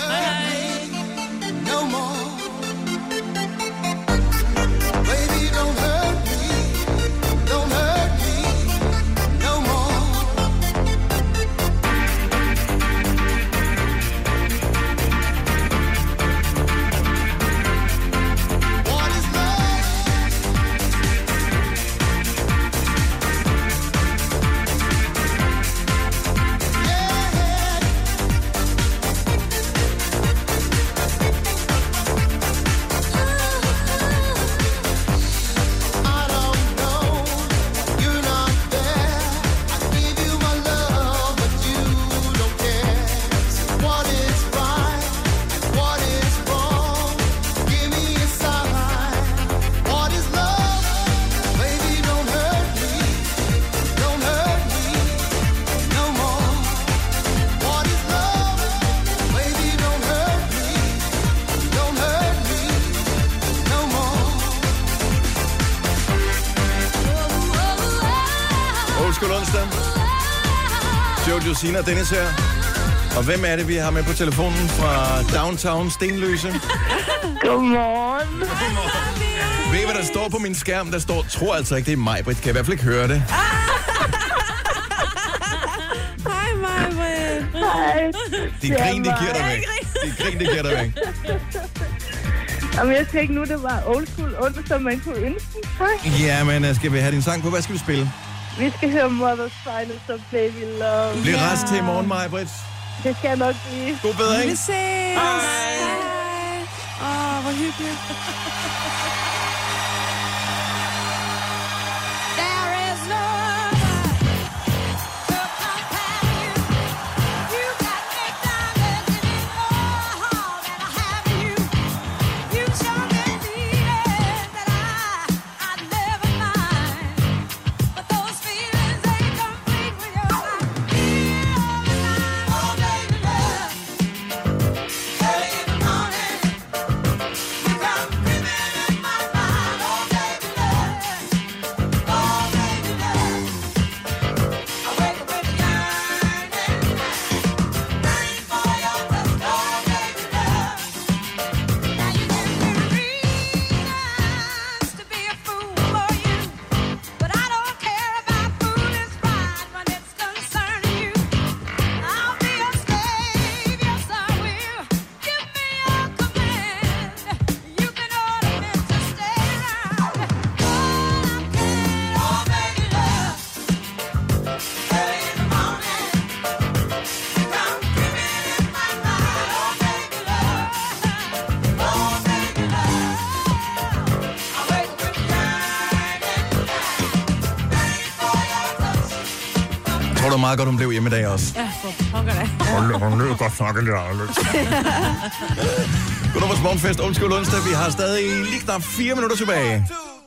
Jojo, Sina og Dennis her. Og hvem er det, vi har med på telefonen fra Downtown Stenløse? Godmorgen. Godmorgen. Ved I, hvad der står på min skærm? Der står, tror altså ikke, det er mig, Britt. Kan jeg i hvert fald ikke høre det. Hej, Maj-Britt. Hej. De grin, de giver dig væk. De grin, de giver dig væk. Jamen, jeg tænkte nu, det var old school under, som man kunne ønske. Hej. Ja, men skal vi have din sang på? Hvad skal vi spille? Vi skal høre Mother's Finest og Baby Love. Bliv rest til i morgen, Maj-Britt. Det skal nok blive. God bedring. Vi ses. Hej. Åh, hvor hyggeligt. Hey, var meget godt, hun blev hjemme i dag også. Ja, for pokker da. Hun løb godt snakke lidt anderledes. Godnovers morgenfest, old school onsdag. Vi har stadig lige knap fire minutter tilbage.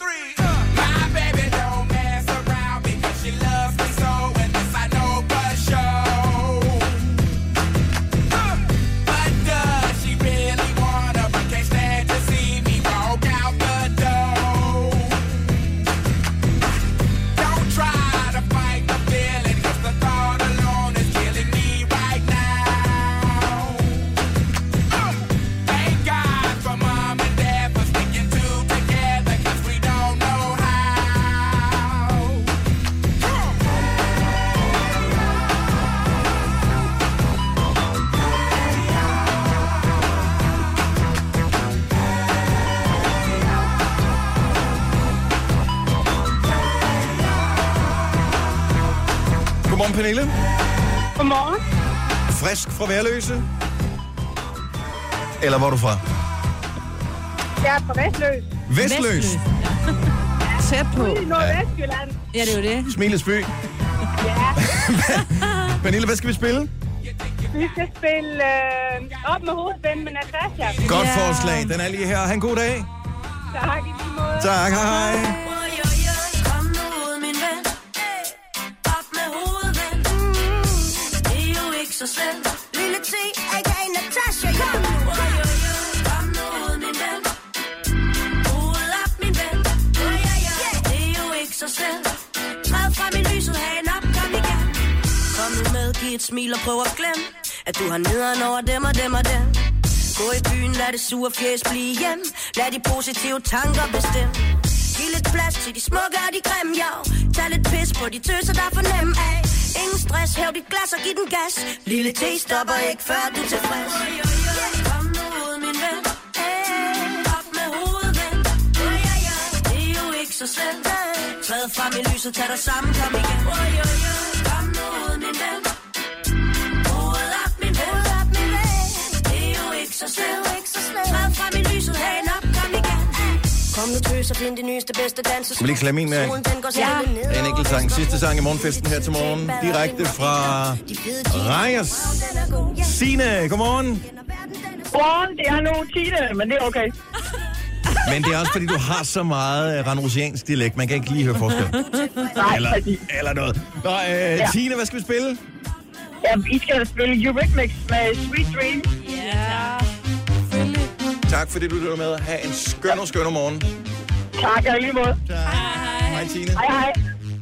Godmorgen, Pernille. Godmorgen. Frisk fra Værløse? Eller hvor er du fra? Jeg er fra Vestløs. Vestløs? Tæt på. I Nordvestjylland. Ja, det er jo det. Smilets by. Ja. Pernille, hvad skal vi spille? Vi skal spille øh, Op med hovedspænd med Natasha. Godt Ja. forslag. Den er lige her. Ha' en god dag. Tak i lige måde. Tak, hej. Kom nu ud, min ven. Op med hovedet, ven. Det er jo ikke så slemt. Lille T, aka Natasha. Kom nu. Kom nu ud, min ven. Hovedet op, min ven. Det er jo ikke så slemt. Træd frem i lyset, hagen op, kom igen. Kom nu med, giv et smil og prøv at glemme, at du har nederen over dem og dem og dem. Gå i byen, lad det sure fjes blive hjem. Lad de positive tanker bestemme. Giv lidt plads til de smukke og de grimme, jo. Tag lidt pis på de tøser, der er for nem af. Ingen stress, hæv dit glas og giv den gas. Lille T stopper ikke, før du er tilfreds. Kom nu ud, min ven. Op med hovedet, ven. Det er jo ikke så slemt. Træd frem i lyset, tag dig sammen, kom igen. Kom nu ud, min ven. Hovedet op, min ven. Det er jo ikke så slemt. Træd frem i lyset, hagen op, kom igen. Kom nu tøs og find det nyeste, bedste danser. Vil I ikke lade min mærke? Ja. En enkelt sang. Sidste sang i morgenfesten her til morgen. Direkte fra Rejers. Signe, godmorgen. Godmorgen, det er nu Tine, men det er okay. Men det er også fordi, du har så meget randrusiansk dialekt. Man kan ikke lige høre forskel. Nej, Eller, præcis. eller noget. Nå, øh, ja. Tine, hvad skal vi spille? Ja, I skal spille Eurythmics med Sweet Dream. Tak fordi du lytter med. Ha' en skøn og skøn morgen. Tak, og i lige måde. Tak. Hej, Tine. Hej, hej.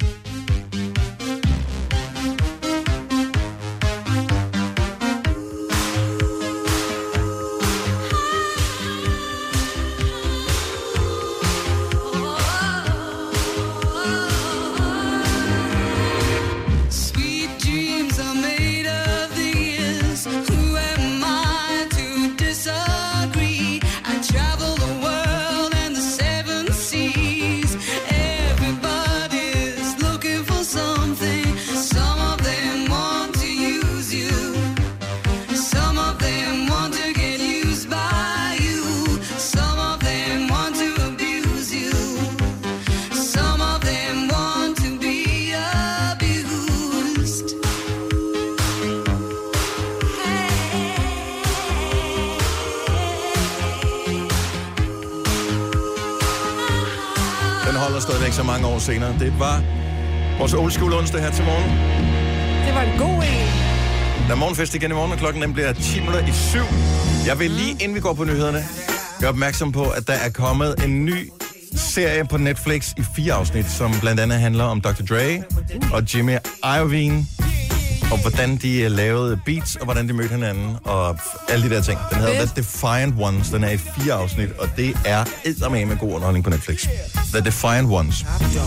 Stadigvæk så mange år senere. Det var vores old school onsdag her til morgen. Det var en god en. Der er morgenfest igen i morgen, og klokken den bliver ti minutter i syv. Jeg vil lige, inden vi går på nyhederne, gøre opmærksom på, at der er kommet en ny serie på Netflix i fire afsnit, som blandt andet handler om doktor Dre og Jimmy Iovine, og hvordan de lavede beats, og hvordan de mødte hinanden, og alle de der ting. Den hedder The Defiant Ones. Den er i fire afsnit, og det er eddermame med god underholdning på Netflix. The Defiant Ones.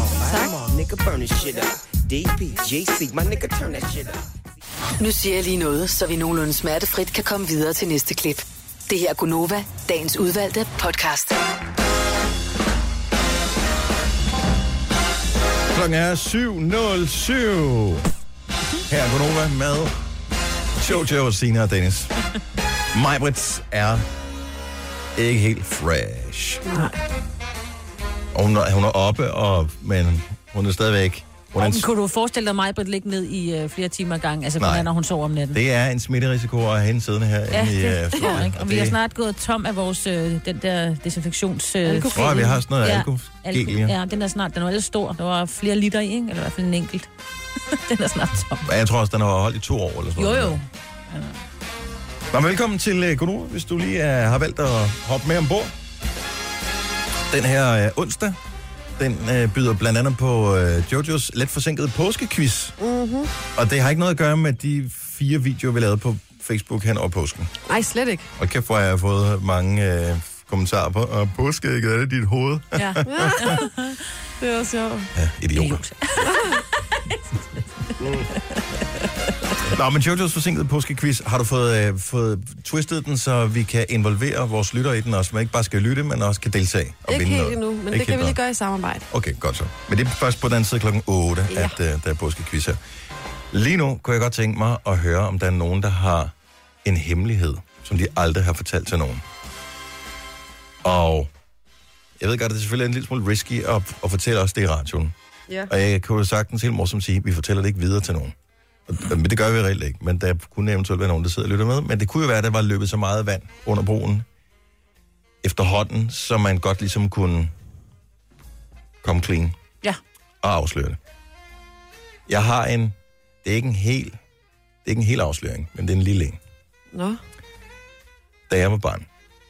Nu siger jeg lige noget, så vi nogenlunde smertefrit kan komme videre til næste klip. Det her er Gunova, dagens udvalgte podcast. Klokken er syv nul syv. Her er Gunova med Jojo, Signe og Dennis. Majbrits er ikke helt fresh. Nej. Og hun er, hun er oppe, og, men hun er stadigvæk Hvordan... Og kunne du forestille dig mig på at ligge ned i øh, flere timer gang, altså Nej. når hun sover om natten? Det er en smitterisiko at have hende siddende her Ja, inde i det øh, tror jeg ikke. Og vi har snart gået tom af vores, øh, den der desinfektions... Øh, Tror jeg, vi har sådan noget Ja, alkohol. alko- ja, den er snart, den var lidt stor. Der var flere liter i, ikke? Eller i hvert fald en enkelt. Den er snart tom. Jeg tror også, den har holdt i to år eller sådan Jo, noget. jo. Nå, velkommen til uh, Godnova, hvis du lige uh, har valgt at hoppe med ombord. Den her uh, onsdag, den uh, byder blandt andet på uh, Jojos let forsinkede påskequiz. Mm-hmm. Og det har ikke noget at gøre med de fire videoer, vi lavede på Facebook hen over påsken. Nej, slet ikke. Og kæft, hvor jeg har fået mange uh, kommentarer på, og påskeægget, er det dit hoved? Ja. Det er også sjovt. Ja, idioter. Nå, men Jojos forsinkede påskequiz, har du fået, øh, fået twistet den, så vi kan involvere vores lyttere i den også, man ikke bare skal lytte, men også kan deltage og Ikke vinde helt noget. endnu, men Ikke det kan helt vi lige noget. gøre i samarbejde. Okay, godt så. Men det er først på den anden side klokken otte, Ja. at øh, der er påskequiz her. Lige nu kunne jeg godt tænke mig at høre, om der er nogen, der har en hemmelighed, som de aldrig har fortalt til nogen. Og jeg ved godt, at det selvfølgelig er en lille smule risky at, at fortælle os det i radioen. Ja. Og jeg kunne jo sagtens helt morsomt sige, at vi fortæller det ikke videre til nogen. Og, men det gør vi reelt ikke, men der kunne eventuelt være nogen, der sidder og lytter med. Men det kunne jo være, at der var løbet så meget vand under broen efterhånden, så man godt ligesom kunne komme clean Ja. og afsløre det. Jeg har en, det er ikke en hel, det er ikke en hel afsløring, men det er en lille en. Nå. Da jeg var barn,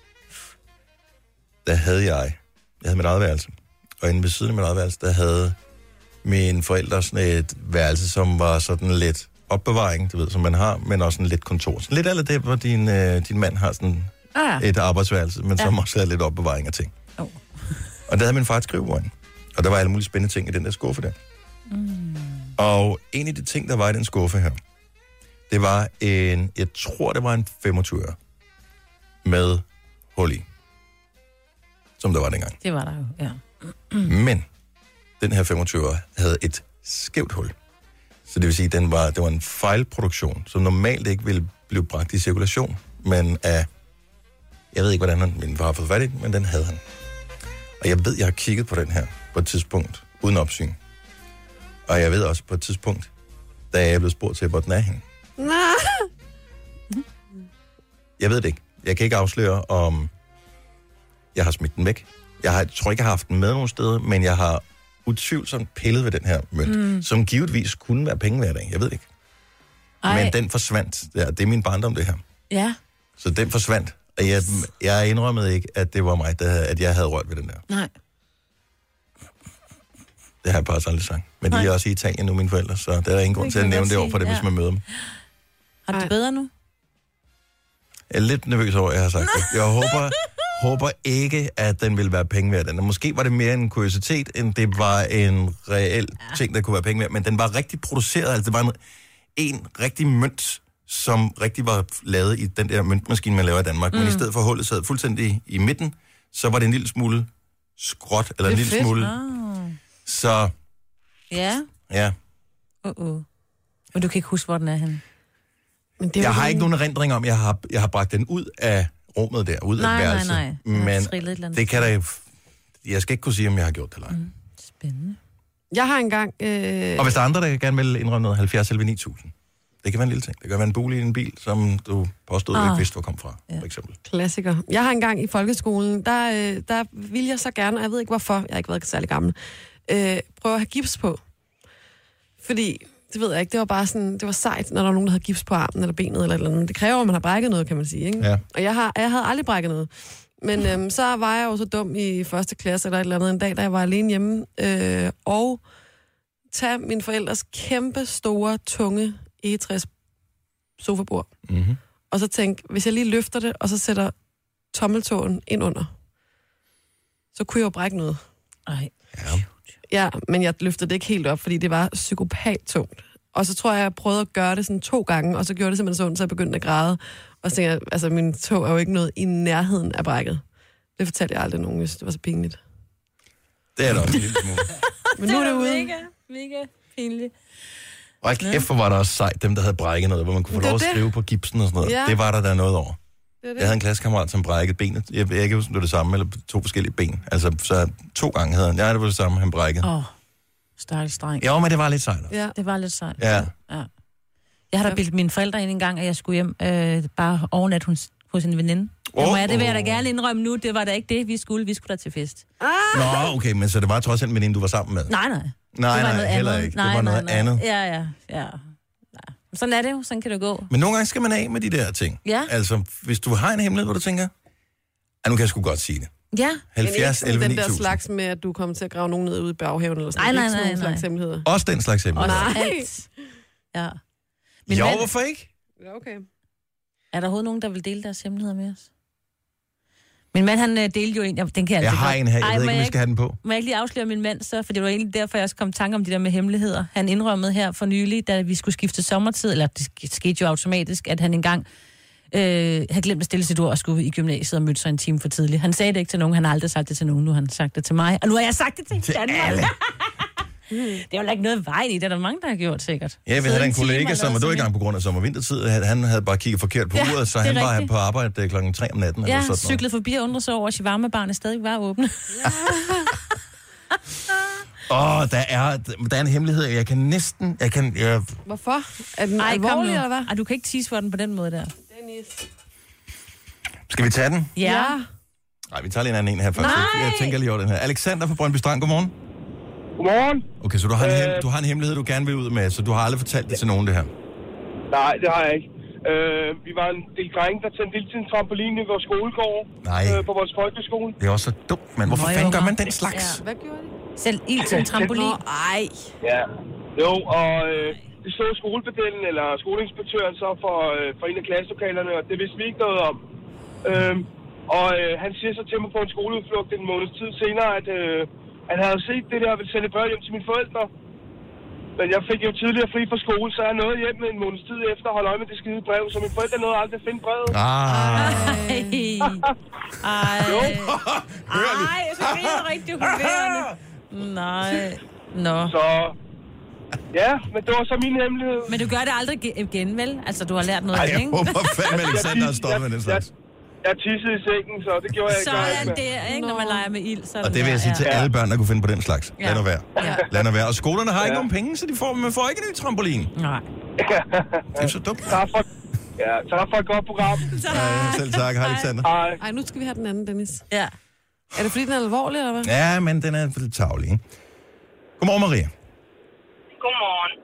der havde jeg, jeg havde mit eget værelse, og inde ved siden af mit eget værelse, der havde mine forældre sådan et værelse, som var sådan lidt opbevaring, du ved, som man har, men også sådan lidt kontor. Sådan lidt af det, hvor din, øh, din mand har sådan Ah, et arbejdsværelse, men Ja. som også havde lidt opbevaring af ting. Oh. Og der havde min far et skrivebord inde, og der var alle mulige spændende ting i den der skuffe der. Mm. Og en af de ting, der var i den skuffe her, det var en, jeg tror, det var en femogtyve øre med hul i, som der var dengang. det var der jo, ja. Men den her femogtyve øre havde et skævt hul. Så det vil sige, at den var, det var en fejlproduktion, som normalt ikke ville blive bragt i cirkulation, men af, jeg ved ikke, hvordan han, min far har fået fat i den, men den havde han. Og jeg ved, jeg har kigget på den her på et tidspunkt, uden opsyn. Og jeg ved også på et tidspunkt, da jeg blev spurgt til, hvor den er henne. Nej. Jeg ved det ikke. Jeg kan ikke afsløre, om jeg har smidt den væk. Jeg, har, jeg tror ikke, jeg har haft den med nogen steder, men jeg har utvivlsomt pillet ved den her mønt, mm. som givetvis kunne være penge hver dag. Jeg ved det ikke. Ej. Men den forsvandt. Ja, det er min barndom, det her. Ja. Så den forsvandt. Og jeg, jeg indrømmede ikke, at det var mig, der, at jeg havde rørt ved den der. Nej. Det har jeg bare aldrig sagt. Men de er også i Italien nu, mine forældre, så der er ingen grund Det til at kan jeg nævne godt det over for sige, dem, ja. hvis man møder dem. Har du det Ej. bedre nu? Jeg er lidt nervøs over, at jeg har sagt det. Jeg håber, håber ikke, at den vil være penge værd. Den. Og måske var det mere en kuriositet, end det var en reel ja. ting, der kunne være penge værd. Men den var rigtig produceret. Altså, det var en, en rigtig mønt, som rigtig var lavet i den der møntmaskine, man laver i Danmark. Mm. Men i stedet for at hullet sad fuldstændig i midten, så var det en lille smule skråt, eller en lille fedt. smule... Oh. Så, Ja. ja. Uh-uh. Men du kan ikke huske, hvor den er henne? Men det er Jeg jo har den- ikke nogen erindring om, jeg har, jeg har bragt den ud af rummet der, ud Nej, af nej, værelset. nej. Den har Men trillet et eller andet det kan da... Jeg skal ikke kunne sige, om jeg har gjort det eller ej. Mm. Spændende. Jeg har engang... Øh... Og hvis der er andre, der gerne vil indrømme noget, halvfjerds eller ni tusind. Det kan være en lille ting. Det kan være en bolig i en bil, som du påstod, du Ah. ikke vidste, hvor kom fra, Ja. for eksempel. Klassiker. Jeg har engang i folkeskolen, der, øh, der ville jeg så gerne, og jeg ved ikke hvorfor, jeg har ikke været særlig gammel, øh, prøve at have gips på. Fordi, det ved jeg ikke, det var bare sådan, det var sejt, når der var nogen, der havde gips på armen eller benet eller et eller andet. Det kræver, at man har brækket noget, kan man sige, ikke? Ja. Og jeg, har, jeg havde aldrig brækket noget. Men øhm, så var jeg jo så dum i første klasse eller et eller andet en dag, da jeg var alene hjemme, øh, og tage min forældres kæmpe, store, tunge egetræs sofabord. Mm-hmm. Og så tænke, hvis jeg lige løfter det, og så sætter tommeltåen ind under, så kunne jeg jo brække noget. Ej. Ja. Ja, men jeg løftede det ikke helt op, fordi det var psykopat tungt. Og så tror jeg, jeg prøvede at gøre det sådan to gange, og så gjorde det simpelthen så ondt, så jeg begyndte at græde. Og så tænkte jeg, altså min tog er jo ikke noget i nærheden af brækket. Det fortalte jeg aldrig nogen, hvis det var så pinligt. Det er da også en lille smule. Men nu er det ude. Mega, mega pinligt. Og kæft, hvor var der også sejt, dem der havde brækket noget, hvor man kunne få Det er lov at det. skrive på gipsen og sådan noget. Ja. Det var der der noget over. Det er det. Jeg havde en klassekammerat, som brækkede benet. Jeg, jeg kan ikke huske, om det var det samme, eller to forskellige ben. Altså, så to gange havde han. Ja, det var det samme, han brækkede. Åh. Oh. Stakkels dreng. Jo, men det var lidt sejt. Ja. Det var lidt sejt. Ja. ja. Jeg har da bildt mine forældre ind en gang, at jeg skulle hjem øh, bare overnat hos, hos en veninde. Oh, det, jeg, det vil jeg da gerne indrømme nu. Det var da ikke det, vi skulle. Vi skulle da til fest. Ah. Nå, okay, men så det var trods alt en veninde, du var sammen med? Nej, nej. Nej, det var nej, noget heller andet. ikke. Nej, det var nej, noget nej. andet. Ja, ja, ja. ja. Sådan er det jo. Sådan kan det gå. Men nogle gange skal man af med de der ting. Ja. Altså, hvis du har en hemmelighed, hvor du tænker, ah, nu kan jeg sgu godt sige det. Ja. halvfjerds elleve den ni der tusind. slags med, at du kommer til at grave nogen ned ude i baghaven eller sådan. Nej, nej, Ikke sådan nej, nogle nej. slags hemmeligheder. Også den slags hemmeligheder. Nej. Ja. Min Jo, mand, hvorfor ikke? Ja, okay. er der overhovedet nogen, der vil dele deres hemmeligheder med os? Min mand, han øh, delte jo en. Ja, den kan jeg Jeg altid har godt. en her, jeg Ej, ved må ikke, om vi skal have den på. Må jeg ikke lige afsløre min mand så? For det var egentlig derfor, jeg også kom i tanke om de der med hemmeligheder. Han indrømmede her for nylig, da vi skulle skifte sommertid, eller det skete jo automatisk, at han engang øh, havde glemt at stille sit ord og skulle i gymnasiet og mødte sig en time for tidligt. Han sagde det ikke til nogen, han har aldrig sagt det til nogen, nu har han sagt det til mig. Og nu har jeg sagt det til, Til Danmark. alle. Det er jo ikke noget vejen i, det er der mange, der har gjort sikkert. Ja, vi Sidde havde en time kollega, og som var lavet dog i sådan gang på grund af sommervintertid. Han han havde bare kigget forkert på Ja, uret, så det er han var rigtigt. på arbejde klokken tre om natten. Ja, eller sådan cyklede forbi og undrede sig over, at shawarma-barnet stadig var åbne. Åh, oh, der er, der er en hemmelighed, jeg kan næsten... Jeg kan, jeg... Hvorfor? Er den Ej, kom nu. alvorlig, eller hvad? Ej, du kan ikke tease for den på den måde der. Dennis. Skal vi tage den? Ja. Nej, vi tager lige en anden en her faktisk. Nej. Jeg tænker lige over den her. Alexander fra Brøndby Strand, godmorgen. Godmorgen. Okay, så du har, en hem, Øh. du har en hemmelighed, du gerne vil ud med, så du har aldrig fortalt det til nogen, det her? Nej, det har jeg ikke. Øh, vi var en del drenge, der tændte ild til en trampoline i vores skolegård. Nej. Øh, på vores folkeskole. Det er også så dumt, men hvorfor Nå, fanden jo. gør man den slags? Ja. Hvad gjorde de? Selv ild til en trampolin. Ej. Ja. Jo, og øh, det stod skolepedellen eller skoleinspektøren så for, øh, for en af klasselokalerne, og det vidste vi ikke noget om. Øh, og øh, han siger så til mig på en skoleudflugt en måneds tid senere, at øh, han havde set det der og ville sende børn hjem til mine forældre. Men jeg fik jo tidligere fri fra skole, så jeg nåede hjem med en måneds tid efter at holde øje med det skide brev, så mine forældre nåede aldrig at finde brevet. Ah. Ej. Ej. Jo. Ej, så er det rigtig hoverende. Nej. Nå. Så ja, men det var så min hemmelighed. Men du gør det aldrig ge- igen, vel? Altså, du har lært noget Ej, af det, jeg ikke? håber fandme, Alexander har stoppet med den slags. Jeg tissede i sengen, så det gjorde jeg ikke. Sådan med. der, ikke? Når man leger med ild, så er Og den det vil jeg der, sige til ja. alle børn, der kunne finde på den slags. Lad Ja. nu være. Ja. Lad nu være. Og skolerne har ikke Ja. nogen penge, så de får, man får ikke en ny trampolin. Nej. Det er så dumt. Tak for, ja, tak for et godt program. Ja, selv tak, hej Alexander. Hej. Ej, nu skal vi have den anden, Dennis. Ja. Er det fordi, den er alvorlig, eller hvad? Ja, men den er lidt tavlig, ikke? Godmorgen, Maria. Godmorgen.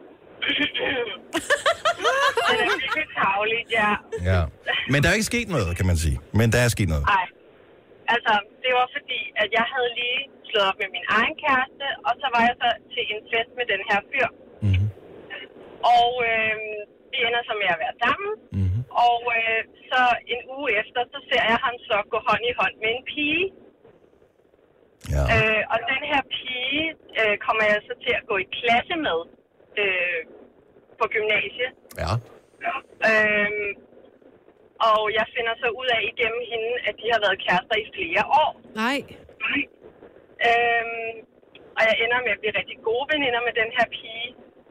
Det er virkelig tavligt, ja. Ja. Men der er ikke sket noget, kan man sige. Men der er sket noget. Nej. Altså, det var fordi, at jeg havde lige slået op med min egen kæreste, og så var jeg så til en fest med den her fyr. Mm-hmm. Og øh, vi ender så med at være sammen. Mm-hmm. Og øh, så en uge efter, så ser jeg ham så gå hånd i hånd med en pige. Ja. Øh, og den her pige øh, kommer jeg så til at gå i klasse med øh, på gymnasiet. Ja. Øhm, og jeg finder så ud af igennem hende, at de har været kærester i flere år. Nej. Øhm, og jeg ender med at blive rigtig gode veninder med den her pige.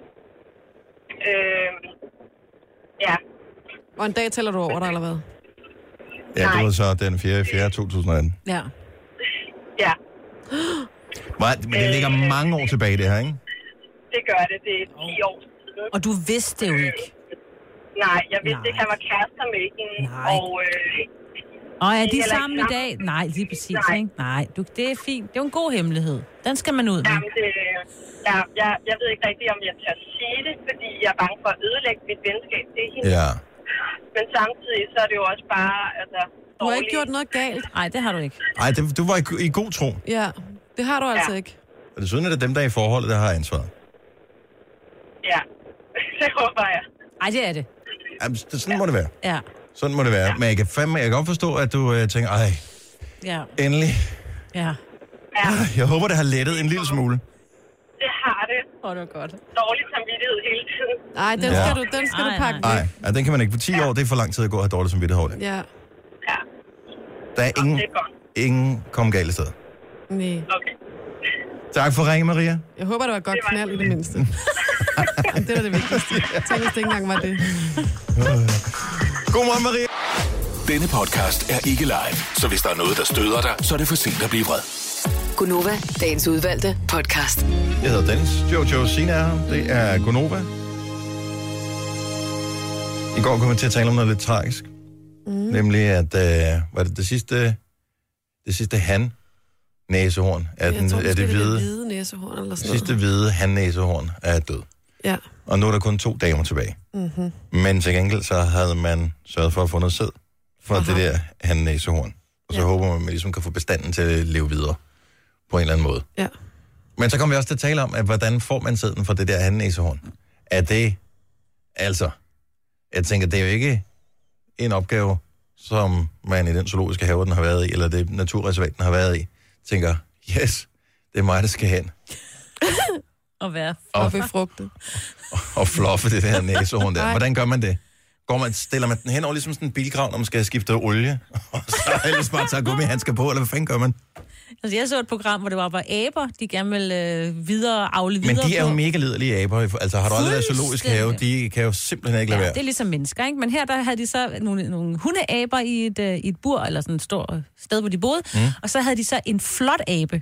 Øhm, ja. Og en dag tæller du over dig, eller hvad? Ja, det Nej. var så den fjerde fjerde to tusind atten. Ja. Ja, Hvor- Men det ligger mange år tilbage, det her, ikke? det gør det. Det er ti år siden. Og du vidste det jo ikke. Nej, jeg vidste Nej. ikke, han var kærester med hende. Nej. Og øh, Og er Det er de heller sammen i ikke dag? Nej, lige præcis, Nej. ikke? Nej, du, det er fint. Det er jo en god hemmelighed. Den skal man ud med. jamen, det, ja, jeg, jeg ved ikke rigtig, om jeg tør sige det, fordi jeg er bange for at ødelægge mit venskab til hende. Ja. Men samtidig så er det jo også bare, altså... Du har ikke dårligt. gjort noget galt. Nej, det har du ikke. Ej, det, du var i, i god tro. Ja, det har du altså ikke. Og desuden er det dem, der er i forholdet, der har ansvaret. Ja, det håber jeg. Ej, det er det. Jamen, det- sådan må det være. Ja. Sådan må det være. Men jeg kan, fandme, jeg kan godt forstå, at du øh, tænker, ej, Ja. endelig. Ja. Ja, Jeg håber, det har lettet en lille smule. det har det. Åh, det var godt. Dårlig samvittighed hele tiden. Nej, den Ja. skal du, den skal Ej, du pakke nej. Nej, ja, den kan man ikke. På ti år, det er for lang tid at gå og have dårligt samvittighed over det. Ja, Ja, Der er ingen, det er godt. ingen kom galt sted. nej. Okay. Tak for ringen, Maria. Jeg håber, det var et godt Det var knald i det. det mindste. Det var det vigtigste. Jeg tænkte, hvis det ikke engang var det. Godmorgen, Maria. Denne podcast er ikke live, så hvis der er noget, der støder dig, så er det for sent at blive vred. Gunova, dagens udvalgte podcast. Jeg hedder Dennis. Jojo Sina er her. Det er Gunova. I går kom vi til at tale om noget lidt tragisk. Mm. Nemlig at, øh, var det det sidste, det sidste han næsehorn af den, tror, er det hvide, det hvide næsehorn eller sådan sidste hvide han næsehorn er død. Ja. Og nu er der kun to damer tilbage. Mm-hmm. Men til gengæld så havde man sørget for at få noget sæd for Aha. det der han næsehorn. Og så ja. håber man, at man ligesom kan få bestanden til at leve videre på en eller anden måde. Ja. Men så kommer vi også til at tale om, at hvordan får man sæden for det der han næsehorn? Er det, altså, jeg tænker, det er jo ikke en opgave, som man i den zoologiske have, den har været i, eller det naturreservat, den har været i, tænker, yes, det er mig, der skal hen. Og være og befrugtet. Og, og fluffe det der næsehorn der. Hvordan gør man det? Går man, stiller man den hen over ligesom sådan en bilgrav, når man skal skifte olie, og så ellers bare tager gummihandsker på, eller hvad fanden gør man? Altså, jeg så et program, hvor det var bare aber, de gerne vil øh, videre, afle videre. Men de er på. jo mega liderlige aber. Altså, har du aldrig været zoologisk have, de kan jo simpelthen ikke lade ja, være. det er ligesom mennesker, ikke? Men her der havde de så nogle, nogle hundeaber i et, øh, i et bur, eller sådan et stort sted, hvor de boede. Mm. Og så havde de så en flot abe,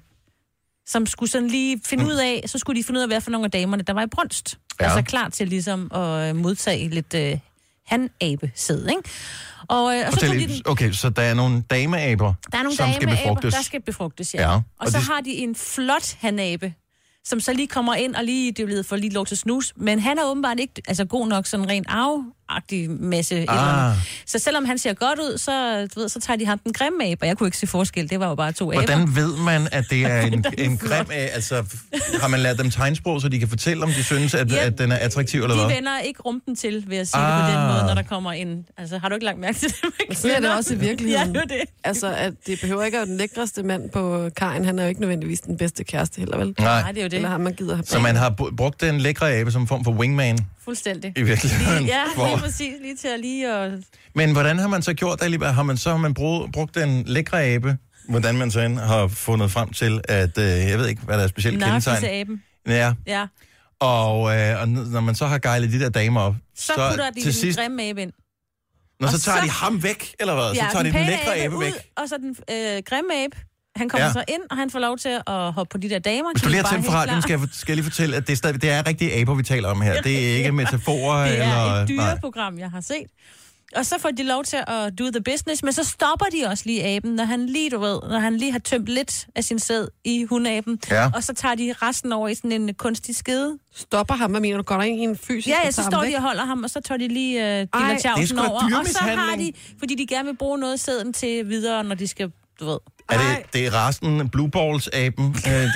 som skulle sådan lige finde mm. ud af, så skulle de finde ud af, hvad for nogle af damerne, der var i brunst. Ja. Altså klar til ligesom at modtage lidt øh, han-abe-sæd, ikke? Og, øh, og så tog de den... Okay, så der er nogle dameaber, der er nogle som skal befrugtes. Der skal befrugtes, ja. ja. Og, og så de... har de en flot hanabe, som så lige kommer ind og lige, det er jo for lige lov til snus, men han er åbenbart ikke altså god nok sådan rent arvagtig masse. Ah. Eller så selvom han ser godt ud, så, du ved, så tager de ham den grimme abe, og jeg kunne ikke se forskel, det var jo bare to aber. Hvordan ved man, at det er en, en grim abe? Altså, har man lært dem tegnsprog, så de kan fortælle, om de synes, at, ja, at den er attraktiv eller hvad? De vender ikke rumpen til, ved at sige ah. det på den måde, når der kommer ind. Altså, har du ikke lagt mærke til det? Så er det også i virkeligheden. Ja, det det. Altså, at det behøver ikke at være den lækreste mand på kajen. Han er jo ikke nødvendigvis den bedste kæreste heller, vel? Nej, Nej det er jo det. Eller ham, man gider have. Så man har brugt den lækre abe som form for wingman? Fuldstændig. I virkeligheden. Lige, ja, lige præcis. Lige til at lige og... Men hvordan har man så gjort det? Har man så har man brugt, brugt den lækre abe, hvordan man så end har fundet frem til, at øh, jeg ved ikke, hvad der er specielt kendetegn. Narcisseaben. Ja. Ja. Og, øh, og når man så har gejlet de der damer op, så, så putter de den sidst... grimme abe ind. Nå, så tager så... de ham væk, eller hvad? Ja, så tager den de den lækre abe ud, væk. Og så den øh, grimme abe. Han kommer ja. så ind, og han får lov til at hoppe på de der damer. Hvis du lige har tændt for radioen, skal jeg, skal jeg lige fortælle, at det er, stadig, det er rigtige aber, vi taler om her. Det er ikke metaforer. Det er eller, et dyreprogram, jeg har set. Og så får de lov til at do the business, men så stopper de også lige aben, når han lige, du ved, når han lige har tømt lidt af sin sæd i hundaben. Ja. Og så tager de resten over i sådan en kunstig skede. Stopper ham, hvad mener du? Går der ikke en fysisk? Ja, ja, så står de og holder ham, og så tager de lige uh, dilatjavsen over. Og så har de, fordi de gerne vil bruge noget af sæden til videre, når de skal, du ved... Er det, det er resten Blue Balls-aben? øh, det...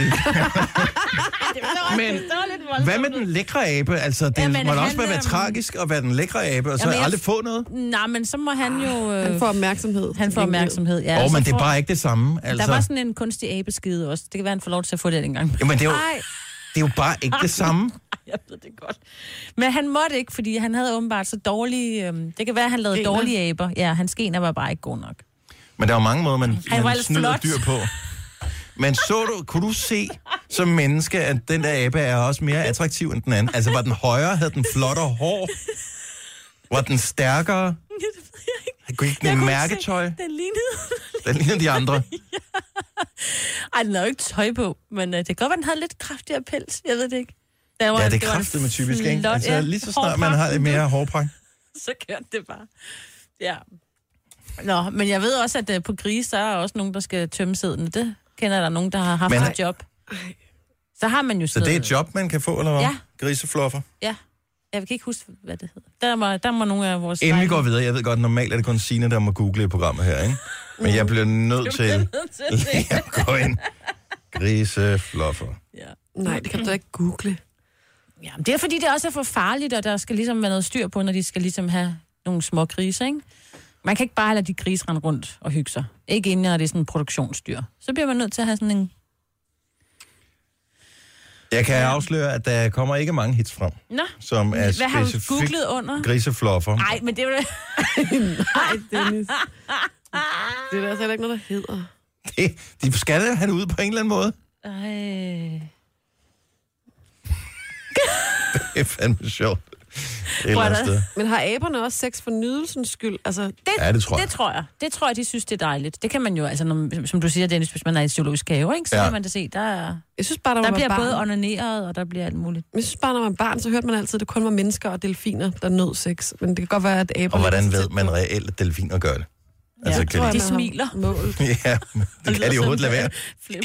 Men hvad med den lækre abe? Altså, det ja, må da også være, være tragisk at være den lækre abe, og så jamen, aldrig få noget? Nej, men så må han jo... Øh... Han får opmærksomhed. Han får opmærksomhed, ja. Åh, oh, men det er bare ikke det samme. Altså... Der var sådan en kunstig abeskide også. Det kan være, han får lov til at få det engang. Jamen, det er jo, det er jo bare ikke det samme. Jeg ved det godt. Men han måtte ikke, fordi han havde åbenbart så dårlige... Øh... Det kan være, at han lavede gener. Dårlige aber. Ja, hans gener var bare ikke god nok. Men der er mange måder, man, man snyder dyr på. Men så du, kunne du se som menneske, at den der abe er også mere attraktiv end den anden? Altså, var den højere? Havde den flottere hår? Var den stærkere? Det ved jeg ikke. Han kunne ikke den mærketøj? Den lignede. Den lignede de andre. Ja. Ej, den havde jo ikke tøj på, men uh, det kan godt være, den havde lidt kraftigere pels. Jeg ved det ikke. Der var, ja, det er kraftigt med typisk, ikke? Altså, ja, lige så snart man har lidt mere hårpragt. Så kørte det bare. Ja. Nå, men jeg ved også, at uh, på grise, der er også nogen, der skal tømme sædene. Det kender der nogen, der har haft men, et job. Så har man jo så det er et job, man kan få, eller hvad? Ja. Grisefluffer? Ja. Jeg kan ikke huske, hvad det hedder. Der må, der må nogle af vores... Inden vi går videre, jeg ved godt, normalt er det kun Signe, der må google i programmet her, ikke? Men jeg bliver nødt til, nødt til at gå ind. Grisefluffer. Ja. Nej, det kan du ikke google. Ja, det er fordi, det også er for farligt, og der skal ligesom være noget styr på, når de skal ligesom have nogle små grise, ikke? Man kan ikke bare lade de grise rende rundt og hygge sig. Ikke inden, når det er sådan en produktionsdyr. Så bliver man nødt til at have sådan en... Jeg kan afsløre, at der kommer ikke mange hits frem. Nå, som er hvad har du googlet under? Grisefluffer. Nej, men det er jo... Nej, Dennis. Det er der altså ikke noget, der hedder. Det, de skal da have det ud på en eller anden måde. Ej... Det er fandme sjovt. eller andet sted. Men har aberne også sex for nydelsens skyld? Altså, Det, Ja, det tror jeg. Det tror jeg. Det tror jeg, de synes, det er dejligt. Det kan man jo, altså, når, som du siger, Dennis, hvis man er i et zoologisk have, ikke? Så Ja. kan man da se, der, er, jeg synes bare, der, der var bliver barn. både onaneret, og der bliver alt muligt. Jeg synes bare, når man var barn, så hørte man altid, at det kun var mennesker og delfiner, der nød sex. Men det kan godt være, at aberne... Og hvordan ved man reelt, at delfiner gør det? Altså, Ja, kan tror jeg, de... de smiler. Mål. Ja, men det kan de overhovedet lade være. Flip.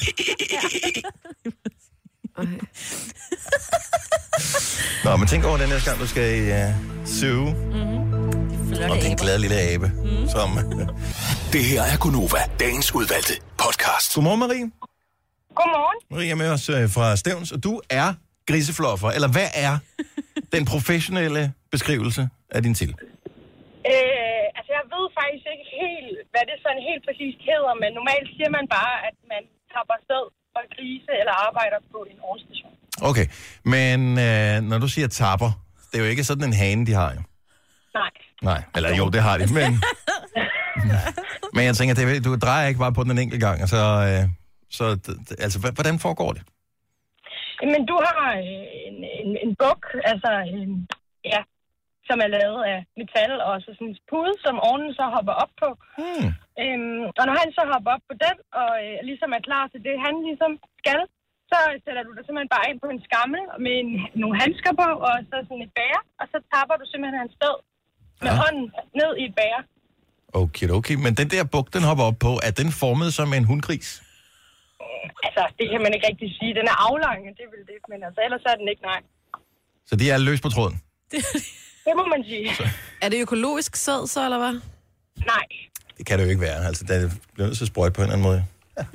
Nå, men tænk over den næste gang, du skal i uh, zoo. Flotte Og det er en aber. glad lille abe. Mm. Som... Det her er Gunova, dagens udvalgte podcast. Godmorgen, Marie. Godmorgen. Marie er med os øh, fra Stevns, og du er grisefluffer. Eller hvad er den professionelle beskrivelse af din til? Øh, altså, jeg ved faktisk ikke helt, hvad det sådan helt præcist hedder, men normalt siger man bare, at man tapper sted for grise eller arbejder på en årsstation. Okay, men øh, når du siger tapper, det er jo ikke sådan en hane, de har jo. Nej. Nej, eller jo, det har de, men... men jeg tænker, det er, du drejer ikke bare på den enkelte gang, og så... Øh, så d- altså, h- hvordan foregår det? Men du har øh, en, en, en buk, altså en, ja, som er lavet af metal, og så sådan en pude, som ovnen så hopper op på. Hmm. Øhm, og når han så hopper op på den, og øh, ligesom er klar til det, han ligesom skal, så sætter du dig simpelthen bare ind på en skammel med en, nogle handsker på, og så sådan et bære, og så tapper du simpelthen hans sted med Ja. hånden ned i et bære. Okay, okay. Men den der buk, den hopper op på, er den formet som en hundgris? Altså, det kan man ikke rigtig sige. Den er aflang, det er vel det, men altså, ellers er den ikke, nej. Så de er løs på tråden? Det må man sige. Så. Er det økologisk sæd, så, eller hvad? Nej. Det kan det jo ikke være. Altså, det bliver nødt til at sprøjte på en eller anden måde.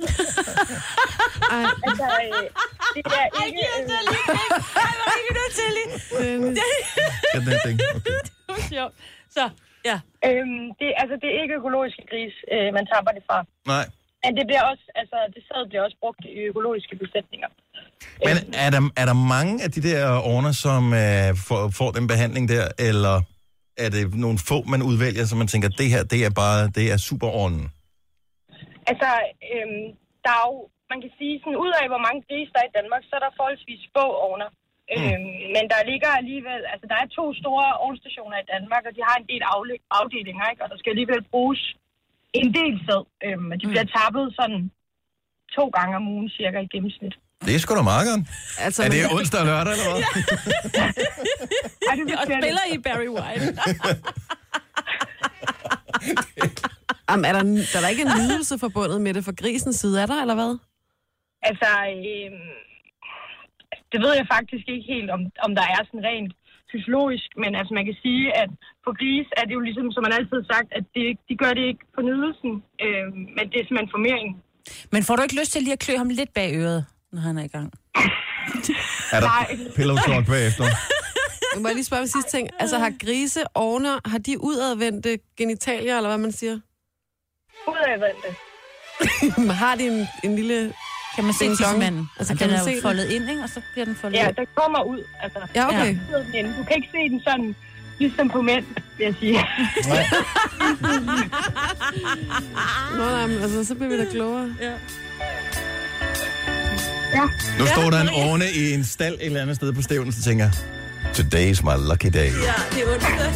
Ej. Altså, øh, det er ikke... Øh, Ej, hvor er det nødt til lige. Ja, den ting. Okay. Det var sjovt. Så, ja. øhm, det, altså, det er ikke økologiske gris, øh, man tapper det fra. Nej. Men det bliver også, altså, det sæd bliver også brugt i økologiske besætninger. Men er der, er der mange af de der orner, som øh, får, får den behandling der, eller er det nogle få, man udvælger, så man tænker, det her, det er bare, det er superornen? Altså, øhm, der er jo, man kan sige, sådan ud af, hvor mange grise der er i Danmark, så er der forholdsvis få ovner. Mm. Øhm, men der ligger alligevel, altså der er to store ovnstationer i Danmark, og de har en del afle- afdelinger, ikke? Og der skal alligevel bruges en del sæd. Øhm, og de bliver tappet sådan to gange om ugen cirka i gennemsnit. Det er sgu da meget godt. Altså, Er det men- onsdag og lørdag, eller hvad? Ej, det Og spiller i Barry White. Jamen, er der, der er der ikke en nydelse forbundet med det fra grisens side, er der, eller hvad? Altså, øhm, det ved jeg faktisk ikke helt, om, om der er sådan rent fysiologisk, men altså man kan sige, at på gris er det jo ligesom, som man altid har sagt, at det, de gør det ikke for nydelsen, øhm, men det er simpelthen formering. Men får du ikke lyst til lige at klø ham lidt bag øret, når han er i gang? Er der Nej. pillow talk bagefter? Nu må jeg lige spørge om sidste ting. Altså, har grise ovner, har de udadvendte genitalier, eller hvad man siger? Udadvendte. Har de en, en lille... Kan man se Ding dong. tissemanden? Altså, Altså, kan den man er se jo det? foldet ind, ikke? Og så bliver den foldet Ja, ud. der kommer ud. Altså, Ja, okay. ja. Du kan ikke se den sådan, ligesom på mænd, vil jeg sige. Nå, nej, men altså, så bliver vi da klogere. Ja. Ja. Nu står der en orne i en stald et eller andet sted på Stevnen, så tænker jeg, today's my lucky day. Ja, det er onsdag.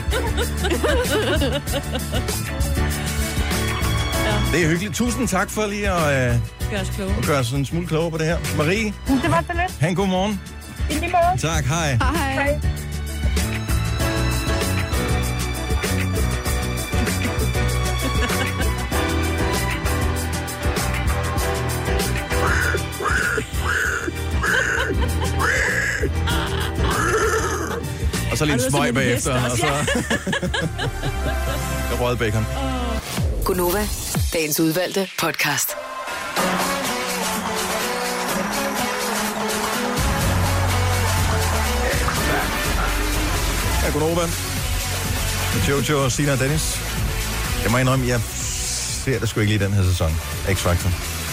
Det er hyggeligt. Tusind tak for lige at, øh, Gør os kloge. at gøre os en smule klogere på det her. Marie, Det var så lidt. ha' en god morgen. I lige måde. Tak, hej. Hej. Hej. Og så lige en Og det er smøg som en bagefter. hest Og så... Jeg røget bacon. Gunova, dagens udvalgte podcast. Ja, godnova. Jojo og Sina og Dennis. Jeg må indrømme, jeg ser det sgu ikke lige den her sæson. X-Factor.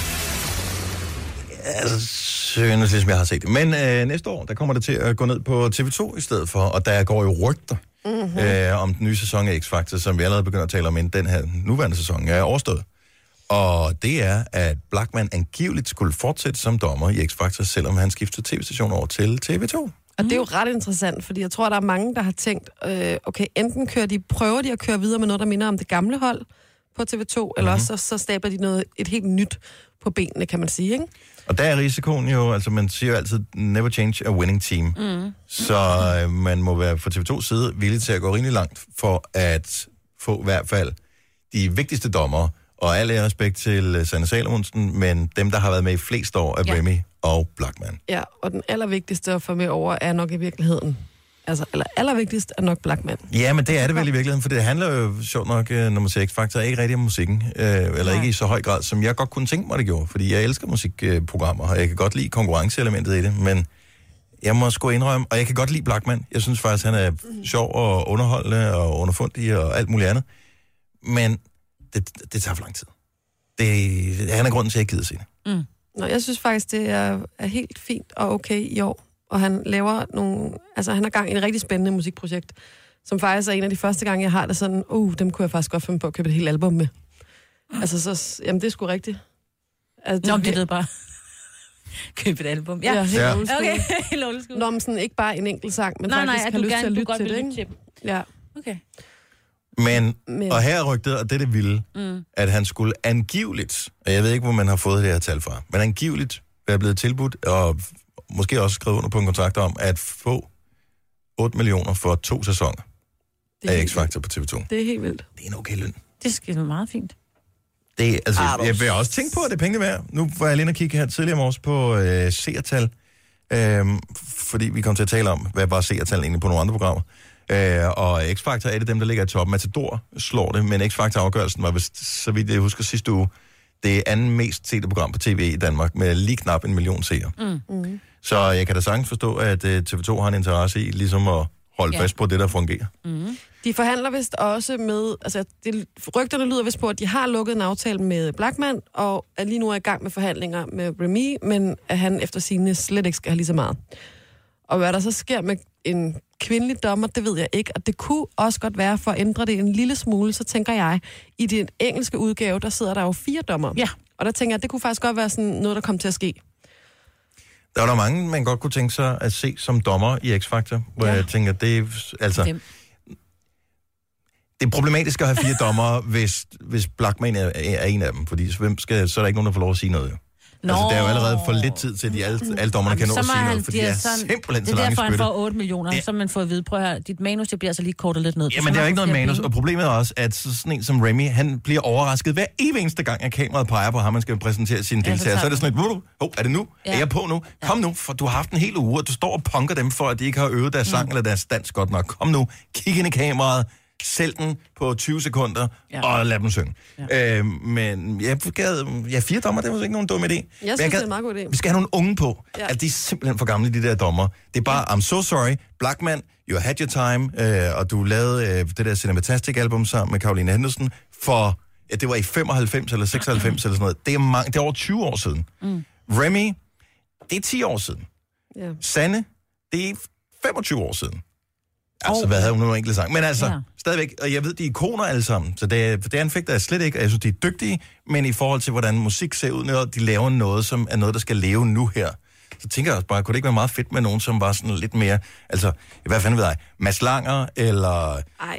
Altså, synes ligesom jeg har set det. Men øh, næste år, der kommer det til at gå ned på T V to i stedet for, og der går jo rygter mm-hmm. øh, om den nye sæson af X-Factor, som vi allerede begynder at tale om, inden den her nuværende sæson er overstået. Og det er, at Blachman angiveligt skulle fortsætte som dommer i X-Factor, selvom han skiftede tv-station over til T V to. Og det er jo ret interessant, fordi jeg tror, der er mange, der har tænkt, øh, okay, enten kører de, prøver de at køre videre med noget, der minder om det gamle hold på T V to, mm-hmm. eller også så, så stabler de noget, et helt nyt på benene, kan man sige, ikke? Og der er risikoen jo, altså man siger jo altid, never change a winning team. Mm. Så øh, man må være fra T V to's side villig til at gå rimelig langt, for at få i hvert fald de vigtigste dommere, og alle respekt til Sanne Salomonsen, men dem, der har været med i flest år, er ja. Remy og Blachman. Ja, og den allervigtigste at få med over er nok i virkeligheden. Altså, eller allervigtigst er nok Blachman. Ja, men det er det vel i virkeligheden, for det handler jo sjovt nok, når man ser X-Factor, ikke rigtig om musikken, øh, eller Nej. ikke i så høj grad, som jeg godt kunne tænke mig, det gjorde, fordi jeg elsker musikprogrammer, og jeg kan godt lide konkurrenceelementet i det, men jeg må sgu indrømme, og jeg kan godt lide Blachman. Jeg synes faktisk, han er sjov og underholdende og underfundig og alt muligt andet, men det, det tager for lang tid. Det, han er grunden til, at jeg gider se det. Mm. Nå, jeg synes faktisk, det er, er helt fint og okay i år. Og han laver nogle... Altså, han har gang i et rigtig spændende musikprojekt, som faktisk er en af de første gange, jeg har det sådan, uh, dem kunne jeg faktisk godt finde på at købe et helt album med. Altså, så... Jamen, det er sgu rigtigt. Altså, det, Nå, det er bare... købe et album. Ja, ja helt ja. Okay, helt old school. Nå, men sådan ikke bare en enkelt sang, men nej, faktisk nej, har lyst gerne, til at lytte til det, lytte ikke? til. Ja. Okay. Men, Men, og her er rygtet, og det er det vilde, mm. at han skulle angiveligt, og jeg ved ikke, hvor man har fået det her tal fra, men angiveligt være blevet tilbudt, og måske også skrevet under på en kontrakt om, at få otte millioner for to sæsoner af X-Factor på T V to. Det er helt vildt. Det er en okay løn. Det skal være meget fint. Det, altså, ah, jeg vil også tænke på, at det er pengene værd. Nu var jeg lige at kigge her tidligere morges på øh, seertal, øh, fordi vi kom til at tale om, hvad var seertal egentlig på nogle andre programmer. Øh, og X-Factor er det dem, der ligger i toppen. Matador slår det, men X-Factor-afgørelsen var, vist, så vidt jeg husker sidste uge, det anden mest sete program på tv i Danmark, med lige knap en million seere. Mm. Mm. Så jeg kan da sagtens forstå, at uh, T V to har en interesse i ligesom at holde ja. fast på det, der fungerer. Mm. De forhandler vist også med, altså det, rygterne lyder vist på, at de har lukket en aftale med Blachman, og er lige nu er i gang med forhandlinger med Remy, men at han efter sigende slet ikke skal have lige så meget. Og hvad der så sker med en kvindelig dommer, det ved jeg ikke, og det kunne også godt være, for at ændre det en lille smule, så tænker jeg, i den engelske udgave, der sidder der jo fire dommer. Ja. Og der tænker jeg, at det kunne faktisk godt være sådan noget, der kom til at ske. Der er der mange, man godt kunne tænke sig at se som dommer i X-Factor, hvor ja. jeg tænker, det er altså... Hvem? Det er problematisk at have fire dommer, hvis, hvis Blachman er, er en af dem, fordi hvem skal, så er der ikke nogen, der får lov at sige noget, jo. Nå. Altså, der er jo allerede for lidt tid til, at de alle, alle dommerne kan nå at sige han, noget, fordi de er, sådan, simpelthen så lange Det er derfor, han spytte. får otte millioner, det... så man får at vide, prøv her, dit manus, det bliver altså lige kortet lidt ned. Jamen, det er jo ikke noget manus, og problemet er også, at sådan en som Remy, han bliver overrasket hver evig eneste gang, at kameraet peger på ham, man skal præsentere sine ja, deltagere. Så er det sådan et, oh, er det nu? Ja. Er jeg på nu? Kom nu, for du har haft en hel uge, og du står og punker dem for, at de ikke har øvet deres sang mm. eller deres dans godt nok. Kom nu, kig ind i kameraet. Sælg den på tyve sekunder, ja. og lad dem synge. Ja. Øh, men jeg gad, ja, fire dommer, det var ikke nogen dum idé. Jeg synes, jeg gad, det er en meget god idé. Vi skal have nogle unge på. Ja. Altså, de er simpelthen for gamle, de der dommer. Det er bare, ja. I'm so sorry, Blachman, you had your time, øh, og du lavede øh, det der Cinematastic-album sammen med Caroline Henderson, for, ja, det var i femoghalvfems eller seksoghalvfems eller sådan noget. Det er, mange, det er over tyve år siden. Mm. Remy, det er ti år siden. Ja. Sanne, det er femogtyve år siden. Altså, oh. hvad havde hun nu enkelt sang? Men altså, ja. stadigvæk, og jeg ved, de er ikoner alle sammen, så det, det anfægter jeg slet ikke, og jeg synes, de er dygtige, men i forhold til, hvordan musik ser ud, når de laver noget, som er noget, der skal leve nu her, så tænker jeg også bare, kunne det ikke være meget fedt med nogen, som var sådan lidt mere, altså, hvad fanden ved jeg, Mads Langer, eller... Ej.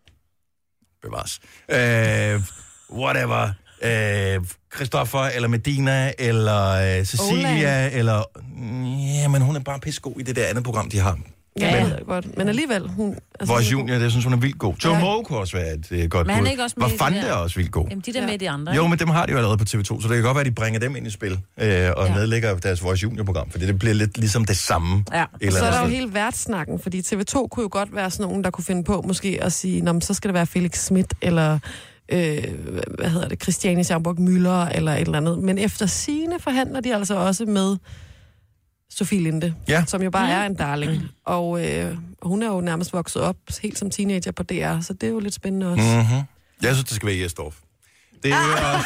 Bevares. Øh, whatever. Øh, Christoffer, eller Medina, eller øh, Cecilia, Ola. eller... Ja, men hun er bare pissegod i det der andet program, de har. Ja, men, godt. Men alligevel, hun... Altså, Voice Junior, det synes hun er vildt god. Joe ja. Moe kunne også være et uh, godt bud. Hvor fanden er også vildt god. Jamen, de der ja. med de andre. Jo, men dem har de jo allerede på T V to, så det kan godt være, at de bringer dem ind i spil, øh, og ja. nedlægger deres Voice Junior-program, for det bliver lidt ligesom det samme. Ja, og så er der jo hele værtssnakken, fordi T V to kunne jo godt være sådan nogen, der kunne finde på måske at sige, nå, så skal det være Felix Schmidt, eller... Øh, hvad hedder det, Christiane Schaumburg Müller eller et eller andet. Men efter sigende forhandler de altså også med Sofie Linde, ja. som jo bare er en darling. Og øh, hun er jo nærmest vokset op helt som teenager på D R, så det er jo lidt spændende også. Mm-hmm. Jeg synes, det skal være Jesdorf. Det er jo...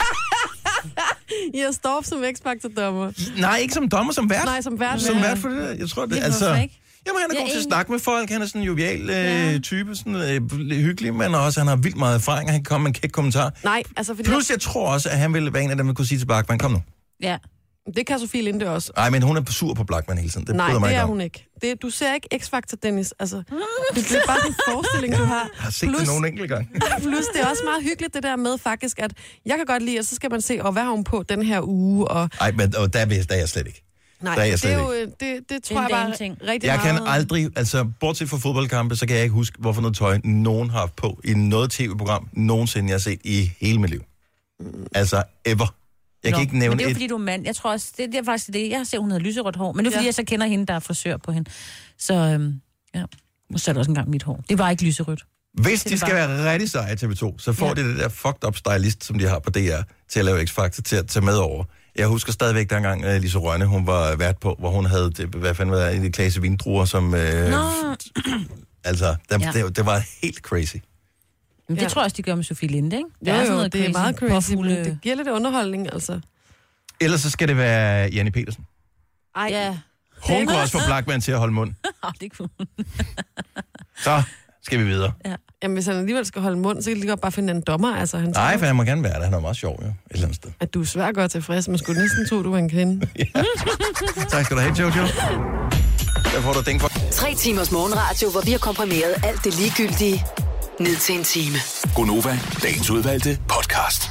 Jesdorf som X-Factor-dommer. Nej, ikke som dommer, som vært. Nej, som vært. Som vært for det. Jeg tror, det er altså... Jamen, han er god til at snakke med folk. Han er sådan en jovial øh, ja. type, sådan øh, hyggelig, men også han har vildt meget erfaring, han kan komme med en kæk kommentar. Nej, altså fordi... Plus, jeg tror også, at han ville være en af dem, der kunne sige til Blachman, kom nu. Ja. Det kan Sofie Linde også. Nej, men hun er sur på Blachman hele tiden. Det Nej, bryder mig det ikke er om. hun ikke. Det, du ser ikke X-Factor, Dennis. Altså, det bliver bare den forestilling, du har. Jeg har set plus, det nogle enkelte gange. Plus, det er også meget hyggeligt, det der med faktisk, at jeg kan godt lide, at så skal man se, og hvad har hun på den her uge, og... Nej, men og der, er, der er jeg slet ikke. Nej, der er jeg det, slet er jo, ikke. det, det tror Det er jeg en bare dameting. rigtig Jeg meget... kan aldrig, altså bortset fra fodboldkampe, så kan jeg ikke huske, hvorfor noget tøj nogen har haft på i noget tv-program, nogensinde jeg har set i hele mit liv. Altså, ever. Jeg Nå, kan ikke nævne men det er jo et... fordi, du er mand. Jeg tror også, det, det er faktisk det. Jeg ser, hun havde lyserødt hår. Men det er fordi, Ja. jeg så kender hende, der er frisør på hende. Så øhm, ja, nu satte også engang mit hår. Det var ikke lyserødt. Hvis det de er skal bare- være rigtig seje T V to, så får Ja. de det der fucked up stylist, som de har på D R, til at lave X-Factor, til at tage med over. Jeg husker stadigvæk dengang, uh, Lise Rønne, hun var vært på, hvor hun havde, det, hvad fanden var det, en klasse vindruer, som... Øh, Nå. altså, der, Ja. det, det var helt crazy. Men det Ja. tror jeg også, de gør med Sofie Linde, ikke? Jo, jo, sådan det er meget crazy, men Påfugle- det giver lidt underholdning, altså. Ellers så skal det være Janne Petersen. Ej, Ja, Hun kunne også få Blachman til at holde mund. det kunne Så skal vi videre. jamen, hvis han alligevel skal holde mund, så kan de godt bare finde en dommer, altså. Han Nej, for han må gerne være der. Han er meget sjov, jo. Et eller andet sted. At du er svært godt tilfreds, men skulle næsten tro, du var en kvinde. Tak skal du have, Jojo. Der får du ding for. Tre timers morgenradio, hvor vi har komprimeret alt det ligegyldige ned til en time. Gonova, dagens udvalgte podcast.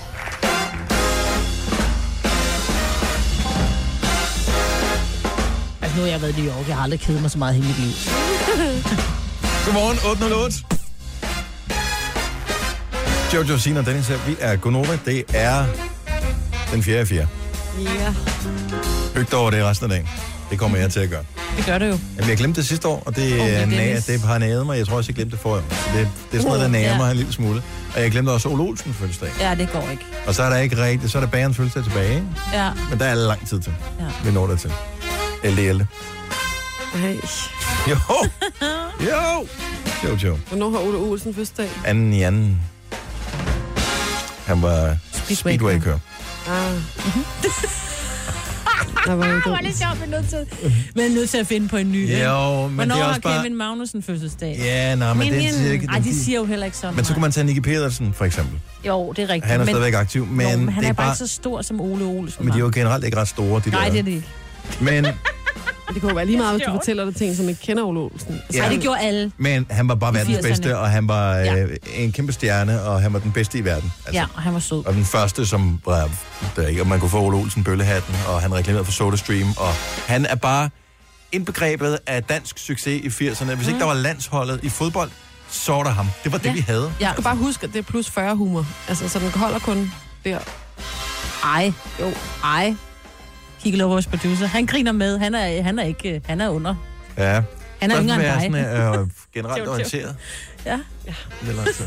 Altså, nu har jeg været i New York. Jeg har aldrig kedet mig så meget i hele mit liv. Godmorgen, otte nul otte. Jojo, Signe og Dennis her. Vi er Gonova. Det er den fjerde fjerde. Ja. Hyg dig over det resten af dagen. Det kommer jeg til at gøre. Det gør det jo. Jamen, jeg glemte det sidste år, og det, Åh, det er oh, Dennis. det har næret mig. Jeg tror også, jeg glemte det for år. Det, det er sådan noget, der nærer Ja. mig en lille smule. Og jeg glemte også Ole Olsen fødselsdag. Ja, det går ikke. Og så er der ikke rigtigt, så er der bagerens fødselsdag tilbage, ikke? Ja. Men der er lang tid til. Ja. Vi når der til. L D L. Hey. Jo! Jo! Jo, jo. Hvornår har Ole Olsen fødselsdag? Anden i anden. Han var speedway-kører. Ah. Der var jo Hvor er det sjovt, vi er nødt til, vi er nødt til at finde på en ny. ikke? Jo, men Hvornår det er har også bare... Kevin Magnussen fødselsdag? Ja, nej, men det er ikke... Ej, de siger jo heller ikke sådan. Men så kunne man tage Nicky Pedersen, for eksempel. Jo, det er rigtigt. Han er men, stadigvæk aktiv, men, jo, men han det er er bare bare... ikke så stor som Ole Olsen. Men de er var. jo generelt ikke ret store, de Nej, der. det er det ikke. Men, Det kunne jo være lige meget, hvis du fortæller dig ting, som ikke kender Ole Olsen. Ja. Nej, det gjorde alle. men han var bare I verdens firserne. bedste, og han var øh, Ja. en kæmpe stjerne, og han var den bedste i verden. Altså, Ja, og han var sød. Og den første, som var, der ikke, og man kunne få Ole Olsen bøllehatten, og han reklamerede for SodaStream, og han er bare indbegrebet af dansk succes i firserne. Hvis mm. ikke der var landsholdet i fodbold, så var der ham. Det var det, Ja. vi havde. Jeg skal bare huske, at det er plus fyrre humor. Altså, så den holder kun der. Ej, jo, ej. Kigge lov vores producer. Han griner med. Han er, han er ikke, han er under. Ja. Han er yngre end dig. Sådan, øh, generelt Jo, jo. orienteret. Ja. Lidt orienteret.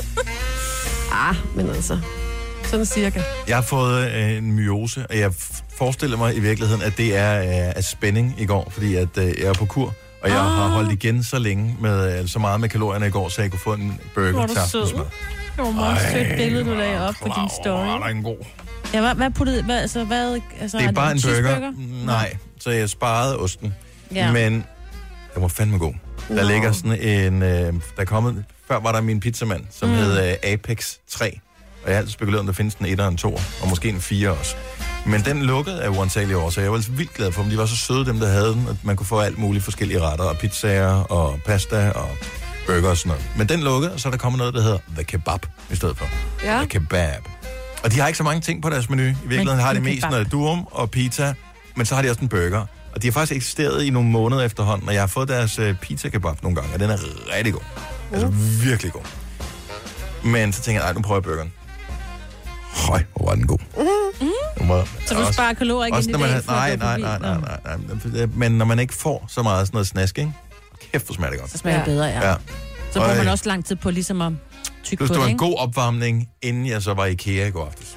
Ah, men altså, sådan cirka. Jeg har fået øh, en myose, og jeg f- forestiller mig i virkeligheden, at det er øh, af spænding i går, fordi at, øh, jeg er på kur, og jeg Ah. har holdt igen så længe med øh, så meget med kalorierne i går, så jeg kunne få en burger Hvor er du til sød. aftensmad. Det var meget Ej, sødt billede, du lagde op på din Åh, story. der er en god. Ja, hvad, hvad puttede, hvad, altså, hvad, altså, Det er bare en burger. cheeseburger? Nej, så jeg sparede osten. Ja. Men den var fandme god. Der Nå. ligger sådan en... Øh, der er kommet... Før var der min pizzamand, som mm. hed øh, Apex tre. Og jeg har altid spekuleret, om der findes en et og en to, og måske en fire også. Men den lukkede af uansagelige år, så jeg var altså vildt glad for dem. De var så søde, dem der havde den, at man kunne få alt muligt forskellige retter, og pizzaer, og pasta, og burger og sådan noget. Men den lukkede, og så er der kommet noget, der hedder The Kebab i stedet for. Ja. The Kebab. Og de har ikke så mange ting på deres menu. I virkeligheden Men har de en mest kebab. noget durum og pizza, men så har de også en burger. Og de har faktisk eksisteret i nogle måneder efterhånden, og jeg har fået deres øh, pizza-kebab nogle gange, og den er rigtig god. Altså virkelig god. Men så tænker jeg, nej, nu prøver jeg burgeren. Høj, hvor var den god. Mm. Var, Så du sparer kalorier igen også i når man dag? har, for at nej, gå nej, forbi? nej, nej, Nå, nej, nej, men når man ikke får så meget sådan noget snask, ikke? Kæft, hvor smager det godt. Så smager det bedre, ja. Ja. Så bruger Og, man øh, også lang tid på ligesom at tykke Plus, på det var det, en ikke? god opvarmning, inden jeg så var i IKEA i går aftes.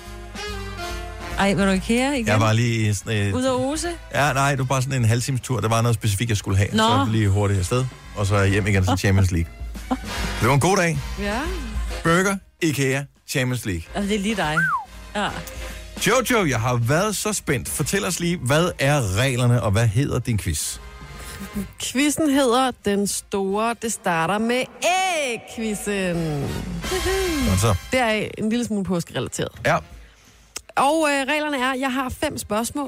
Ej, var du IKEA igen? Jeg var lige i sådan et... Ude at ose? Ja, nej, det var bare sådan en halv times tur. Der var noget specifikt, jeg skulle have. Nå. Så lige hurtigt afsted, og så hjem igen til Champions League. Det var en god dag. Ja. Burger, IKEA, Champions League. Altså, det er lige dig. Ja. Jojo, jeg har været så spændt. Fortæl os lige, hvad er reglerne, og hvad hedder din quiz? Quizzen hedder Den Store. Det starter med æg-quizzen. Og så, Det er en lille smule påskerelateret. ja, Og øh, reglerne er, at jeg har fem spørgsmål,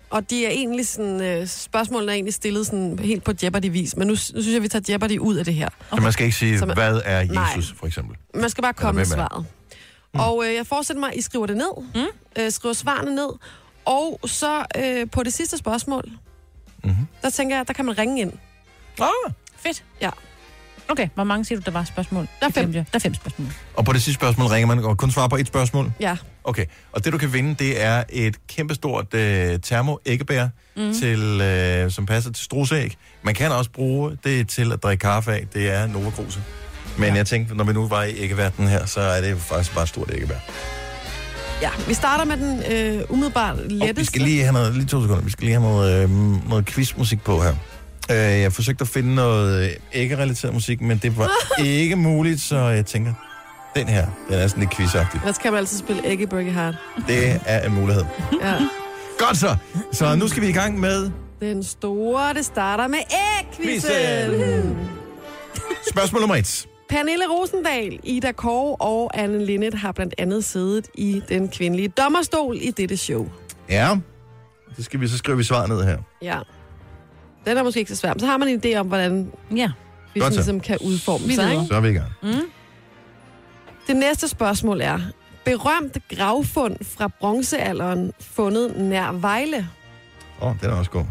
Og de er egentlig sådan, øh, spørgsmålene er egentlig stillet sådan helt på Jeopardy-vis, men nu, nu synes jeg, vi tager Jeopardy ud af det her. Så man skal ikke sige, man, hvad er Jesus, nej. for eksempel? Man skal bare komme med svaret. Mm. Og øh, jeg forestiller mig, at I skriver det ned, mm. øh, skriver svarene ned, og så øh, på det sidste spørgsmål, mm-hmm. der tænker jeg, der kan man ringe ind. Ah, fedt. Ja. Okay, hvor mange siger du, der var spørgsmål? Der er fem. Der er fem spørgsmål. Og på det sidste spørgsmål ringer man og kun svarer på et spørgsmål? Ja. Okay, og det du kan vinde, det er et kæmpestort øh, termo-æggebær, mm. til, øh, som passer til struseæg. Man kan også bruge det til at drikke kaffe af. Det er Nova Kruse. Men ja. jeg tænkte, når vi nu var i æggeverdenen her, så er det faktisk bare et stort æggebær. Ja, vi starter med den øh, umiddelbart letteste. Og vi skal lige have noget, lige to sekunder, vi skal lige have noget, øh, noget quizmusik på her. Øh, jeg forsøgte at finde noget æggerelateret musik, men det var ikke muligt, så jeg tænker, den her, den er sådan lidt quizagtig. Ellers kan man altid spille Eggy Burger Hard. Det er en mulighed. Ja. Godt så! Så nu skal vi i gang med... Den store, det starter med æg-quizzen. Spørgsmål nummer et. Pernille Rosendal, Ida Kåre og Anne Linnet har blandt andet siddet i den kvindelige dommerstol i dette show. Ja, det skal vi, så skriver vi svaret ned her. Ja. Den er måske ikke så svær, så har man en idé om, hvordan ja. vi ligesom kan udforme sig. Ikke? Så er vi i gang. Mm. Det næste spørgsmål er, berømt gravfund fra bronzealderen fundet nær Vejle. Åh, oh, den er også god.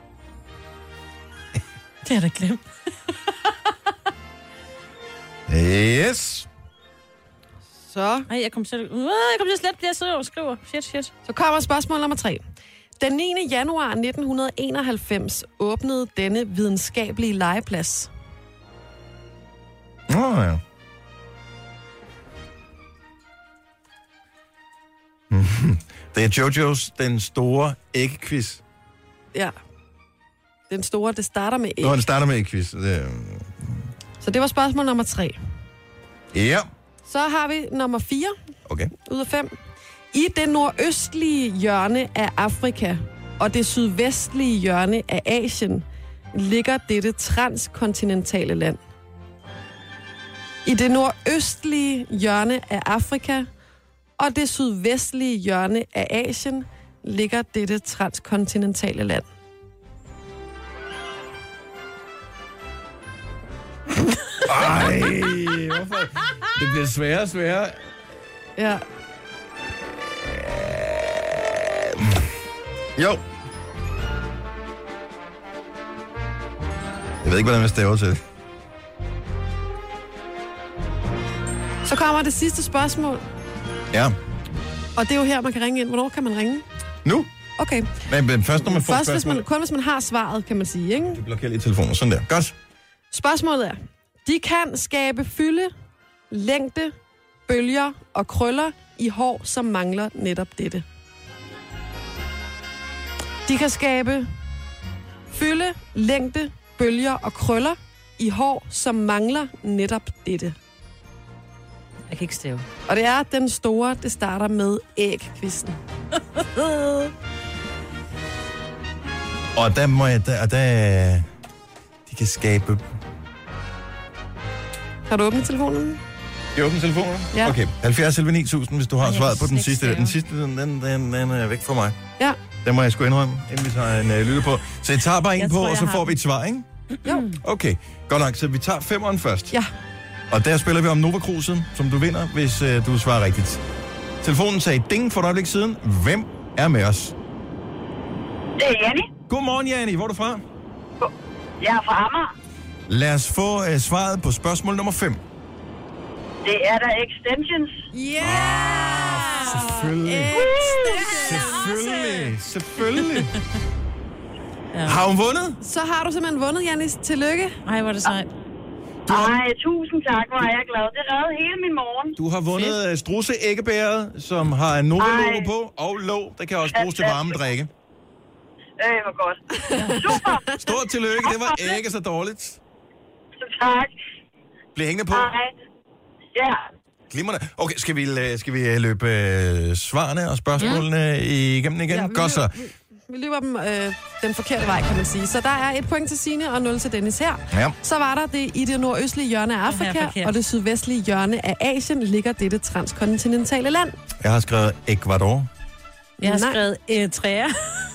Det er da glemt. Yes. Så. Ej, jeg kom til, uh, jeg kom til at slette det, jeg sidder og skriver. Shit, shit. Så kommer spørgsmål nummer tre. Den niende januar nitten enoghalvfems åbnede denne videnskabelige legeplads. Åh, oh, ja. Det er Jojos Den Store Æggequiz. Ja. Den store, det starter med æg. Nå, det starter med æggequiz. Det... Så det var spørgsmål nummer tre. Ja. Så har vi nummer fire. Okay. Ud af fem. I det nordøstlige hjørne af Afrika og det sydvestlige hjørne af Asien ligger dette transkontinentale land. I det nordøstlige hjørne af Afrika og det sydvestlige hjørne af Asien ligger dette transkontinentale land. Ej, hvorfor? Det bliver sværere og sværere. Ja. Jo. Jeg ved ikke, hvordan jeg staver til. Så kommer det sidste spørgsmål. Ja. Og det er jo her, man kan ringe ind. Hvornår kan man ringe? Nu. Okay. Men, men først, når man får først, hvis spørgsmål... man, kun hvis man har svaret, kan man sige, ikke? Det blokerer lige telefonen. Sådan der. Godt. Spørgsmålet er, de kan skabe fylde, længde, bølger og krøller i hår, som mangler netop dette. De kan skabe fylde, længde, bølger og krøller i hår, som mangler netop dette. Jeg kan ikke stave. Og det er den store, det starter med æg-quizzen. Og der må jeg... Der, der, de kan skabe... Har du åbnet telefonen? Jeg åbner telefonen? Ja. Okay. halvfjerds elleve ni tusind, hvis du har Ej, svaret på den slet sidste. ikke Den sidste, den, den, den, den er væk fra mig. Ja. Den må jeg sgu indrømme, inden vi tager en uh, lytte på. Så jeg tager bare en på, tror, og så jeg får har vi et svar, ikke? Jo. Okay, godt nok. Så vi tager femeren først. Ja. Og der spiller vi om Nova Cruisen, som du vinder, hvis uh, du svarer rigtigt. Telefonen sagde ding for et øjeblik siden. Hvem er med os? Det er Janni. Godmorgen, Janni. Hvor er du fra? Jeg er fra Amager. Lad os få uh, svaret på spørgsmål nummer fem. Det er der extensions. Yeah! Selvfølgelig. Selvfølgelig. Selvfølgelig. Ja. Har hun vundet? Så har du simpelthen vundet, Jannis. Tillykke. Ej, hvor er det sejt. Du har, Ej, tusind tak, hvor er jeg glad. Det reddede hele min morgen. du har vundet uh, strusse æggebæret, som har en Nova-logo på, og låg. Det kan også bruges til varme drikke. Øh, hvor godt. Super. Stort tillykke. Det var ikke så dårligt. Tak. Bliv hængende på. Hej. Ja. Glimrende. Okay, skal vi, øh, skal vi løbe øh, svarene og spørgsmålene ja. igennem igen? Ja, vi Godt så. Vi, vi løber dem øh, den forkerte vej, kan man sige. Så der er et point til Signe og nul til Dennis her. Ja. Så var der det i det nordøstlige hjørne af Afrika, og det sydvestlige hjørne af Asien ligger dette transkontinentale land. Jeg har skrevet Ecuador. Jeg har Nej. skrevet Eritrea.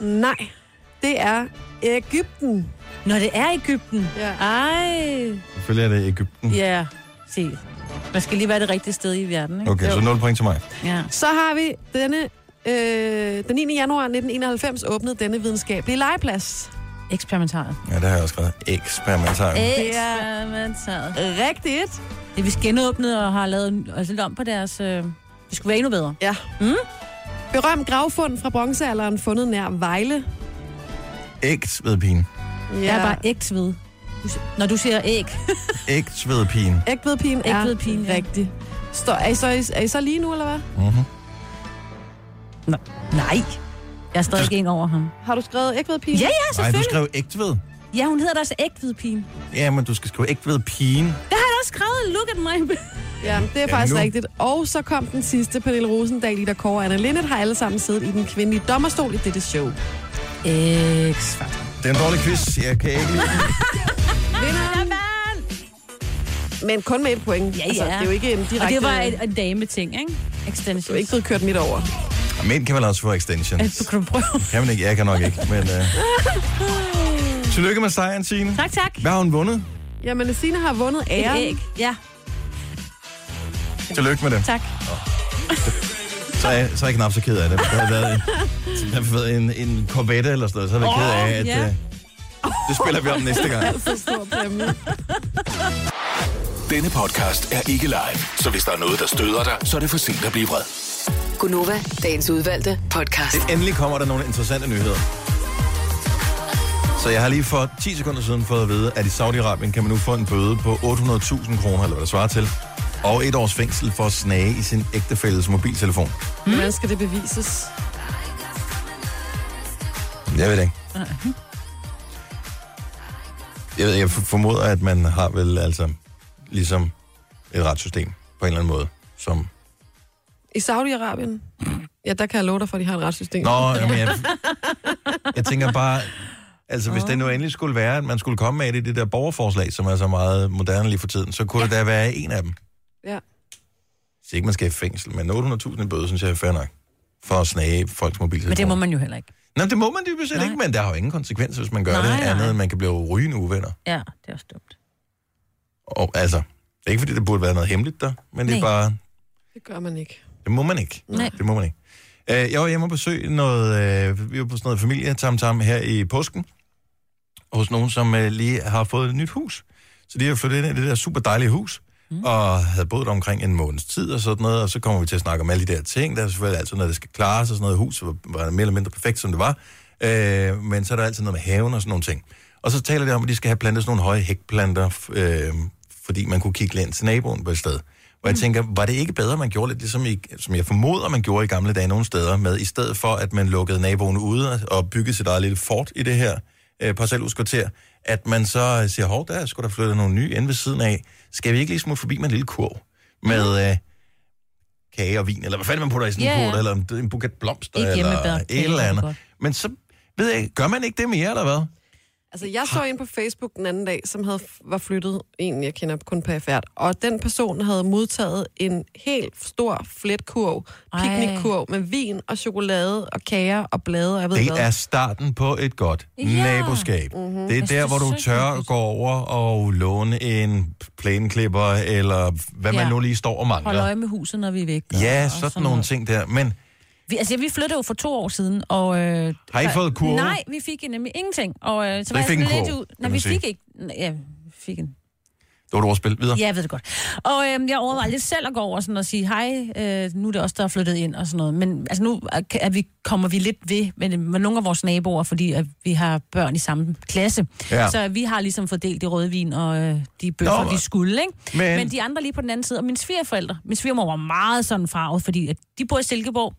Nej, det er Egypten. Når det er Egypten. Ja. Ej. Selvfølgelig er det Egypten. Ja, se. Man skal lige være det rigtige sted i verden, ikke? Okay, så nul point til mig. Ja. Så har vi denne... Øh, den niende januar nitten enoghalvfems åbnede denne videnskabelige legeplads. Eksperimentariet. Ja, det har jeg også skrevet. Eksperimentariet. Eksperimentariet. Rigtigt. Det er vist genåbnet og har lavet altså, lidt om på deres... Øh, det skulle være endnu bedre. Ja. Mm? Berømt gravfund fra bronzealderen fundet nær Vejle. Ægsvedpigen. Ja. Jeg er bare ægsved. Når du siger æg. Ægsvedpigen. Ægvedpigen er Ægvedpigen, ja. rigtig. Står, er, I så, er I så lige nu, eller hvad? Mm-hmm. Nå, nej. Jeg er stadig ikke over ham. Har du skrevet ægvedpigen? Ja, ja, Nej, selvfølgelig. du skrev ægtved. Ja, hun hedder da også ægvedpigen. Ja, men du skal skrive ægvedpigen. Det har jeg også skrevet. Look at my... Ja, det er Ja, faktisk nu. rigtigt. Og så kom den sidste, Pernille Rosendahl, Ida Kåre og Anna Linnet, har alle sammen siddet i den kvindelige dommerstol i dette show. X-Factor. Det er en dårlig quiz. Jeg kan ikke lide den. Vinderen. Men kun med et point. Ja, ja. Altså, det er jo ikke en direkte... Og det var en, en dame-ting, ikke? Extension. Du er ikke blevet kørt midt over. Og mænd kan man også få extensions. Du kan prøve. Kan man ikke? Jeg kan nok ikke, men... Uh... Tillykke med sejren, Signe. Tak, tak. Hvad har hun vundet? Jamen, Signe har vundet æren. Et æg. Ja, Tillykke med det. tak. Så er, jeg, så er jeg knap så ked af det. Det har været en, det har været en, en Corvette eller sådan noget. Så er jeg ked af, at ja. uh, det spiller vi om næste gang. Så stor præmie. Denne podcast er ikke live, så hvis der er noget, der støder dig, så er det for sent at blive vred. Gunova, dagens udvalgte podcast. Endelig kommer der nogle interessante nyheder. Så jeg har lige for ti sekunder siden fået at vide, at i Saudi-Arabien kan man nu få en bøde på otte hundrede tusind kroner, eller hvad det svarer til, og et års fængsel for at snage i sin ægtefælles mobiltelefon. Mm. Hvordan skal det bevises? Jeg ved det ikke. Jeg, ved, jeg formoder, at man har vel altså ligesom et retssystem på en eller anden måde, som... I Saudi-Arabien? Ja, der kan jeg love dig for, at de har et retssystem. Nå, jamen, jeg, jeg tænker bare, altså hvis det nu endelig skulle være, at man skulle komme med det, i det der borgerforslag, som er så meget moderne lige for tiden, så kunne ja. det da være en af dem. Ja. Så ikke man skal i fængsel, men otte hundrede tusind i bøde, synes jeg er fair nok, for at snage folks mobiltelefon. Men det må man jo heller ikke. Nå, det må man dybest set ikke, men der har jo ingen konsekvenser, hvis man gør nej, det, andet nej. end man kan blive rygende uvenner. Ja, det er også dumt. Og altså, det er ikke fordi, det burde være noget hemmeligt der, men det er Nej. bare... Det gør man ikke. Det må man ikke. Nej. Det må man ikke. Uh, jeg var hjemme og besøge noget, uh, vi var på sådan noget familie-tam-tam her i påsken, hos nogen, som uh, lige har fået et nyt hus. Så de har flyttet ind i det der super dejlige hus, mm. og havde boet der omkring en måneds tid og sådan noget, og så kommer vi til at snakke om alle de der ting. Der er selvfølgelig altid noget, der skal klares, og sådan noget hus var, var mere eller mindre perfekt, som det var. Uh, men så er der altid noget med haven og sådan nogle ting. Og så taler de om, at de skal have plantet sådan nogle høje hækplanter, uh, fordi man kunne kigge ind til naboen på et sted. Og jeg tænker, var det ikke bedre, man gjorde lidt ligesom i, som jeg formoder, man gjorde i gamle dage nogle steder, med i stedet for, at man lukkede naboen ude og byggede sit eget lille fort i det her øh, parcelhuskvarter, at man så siger, hov, der skulle der flytte nogle nye inde ved siden af. Skal vi ikke lige smutte forbi med en lille kurv med øh, kage og vin, eller hvad fanden man putter i sådan en Ja, ja. kurv, eller en buket blomster, Ikke eller hjemmebagt et eller kage, andet. godt. Men så, ved jeg ikke, gør man ikke det mere, eller hvad? Altså, jeg så en på Facebook den anden dag, som havde, var flyttet, en jeg kender kun perifært, og den person havde modtaget en helt stor fletkurv, piknikkurv med vin og chokolade og kager og blade, og jeg ved Det hvad. er starten på et godt Ja. naboskab. Mhm. Det er Jeg der, synes, hvor du det er tør så at gå over og låne en plæneklipper, eller hvad man Ja. nu lige står og Hold mangler. øje med huset, når vi er væk. Ja, og, sådan, og sådan nogle ting der. Men Vi, altså, vi flyttede jo for to år siden, og... Øh, har I fået kurve? Nej, vi fik nemlig ingenting. Og, øh, så Så var I jeg fik en sådan lidt kurv, ud... kan Nej, man vi sige. fik ikke... Ja, vi fik en... Det var et ordspil. Videre. Ja, jeg ved det godt. Og øh, jeg overvejede lidt selv at gå over sådan og sige, hej, øh, nu er det også der er flyttet ind og sådan noget. Men altså nu er, er vi, kommer vi lidt ved med, med nogle af vores naboer, fordi at vi har børn i samme klasse. Ja. Så vi har ligesom fordelt de rødvin og øh, de bøffer, Nå, vi skulle, ikke? men- Men... men de andre lige på den anden side, og mine svigerforældre, min svigermor var meget sådan farvet, fordi at de bor i Silkeborg,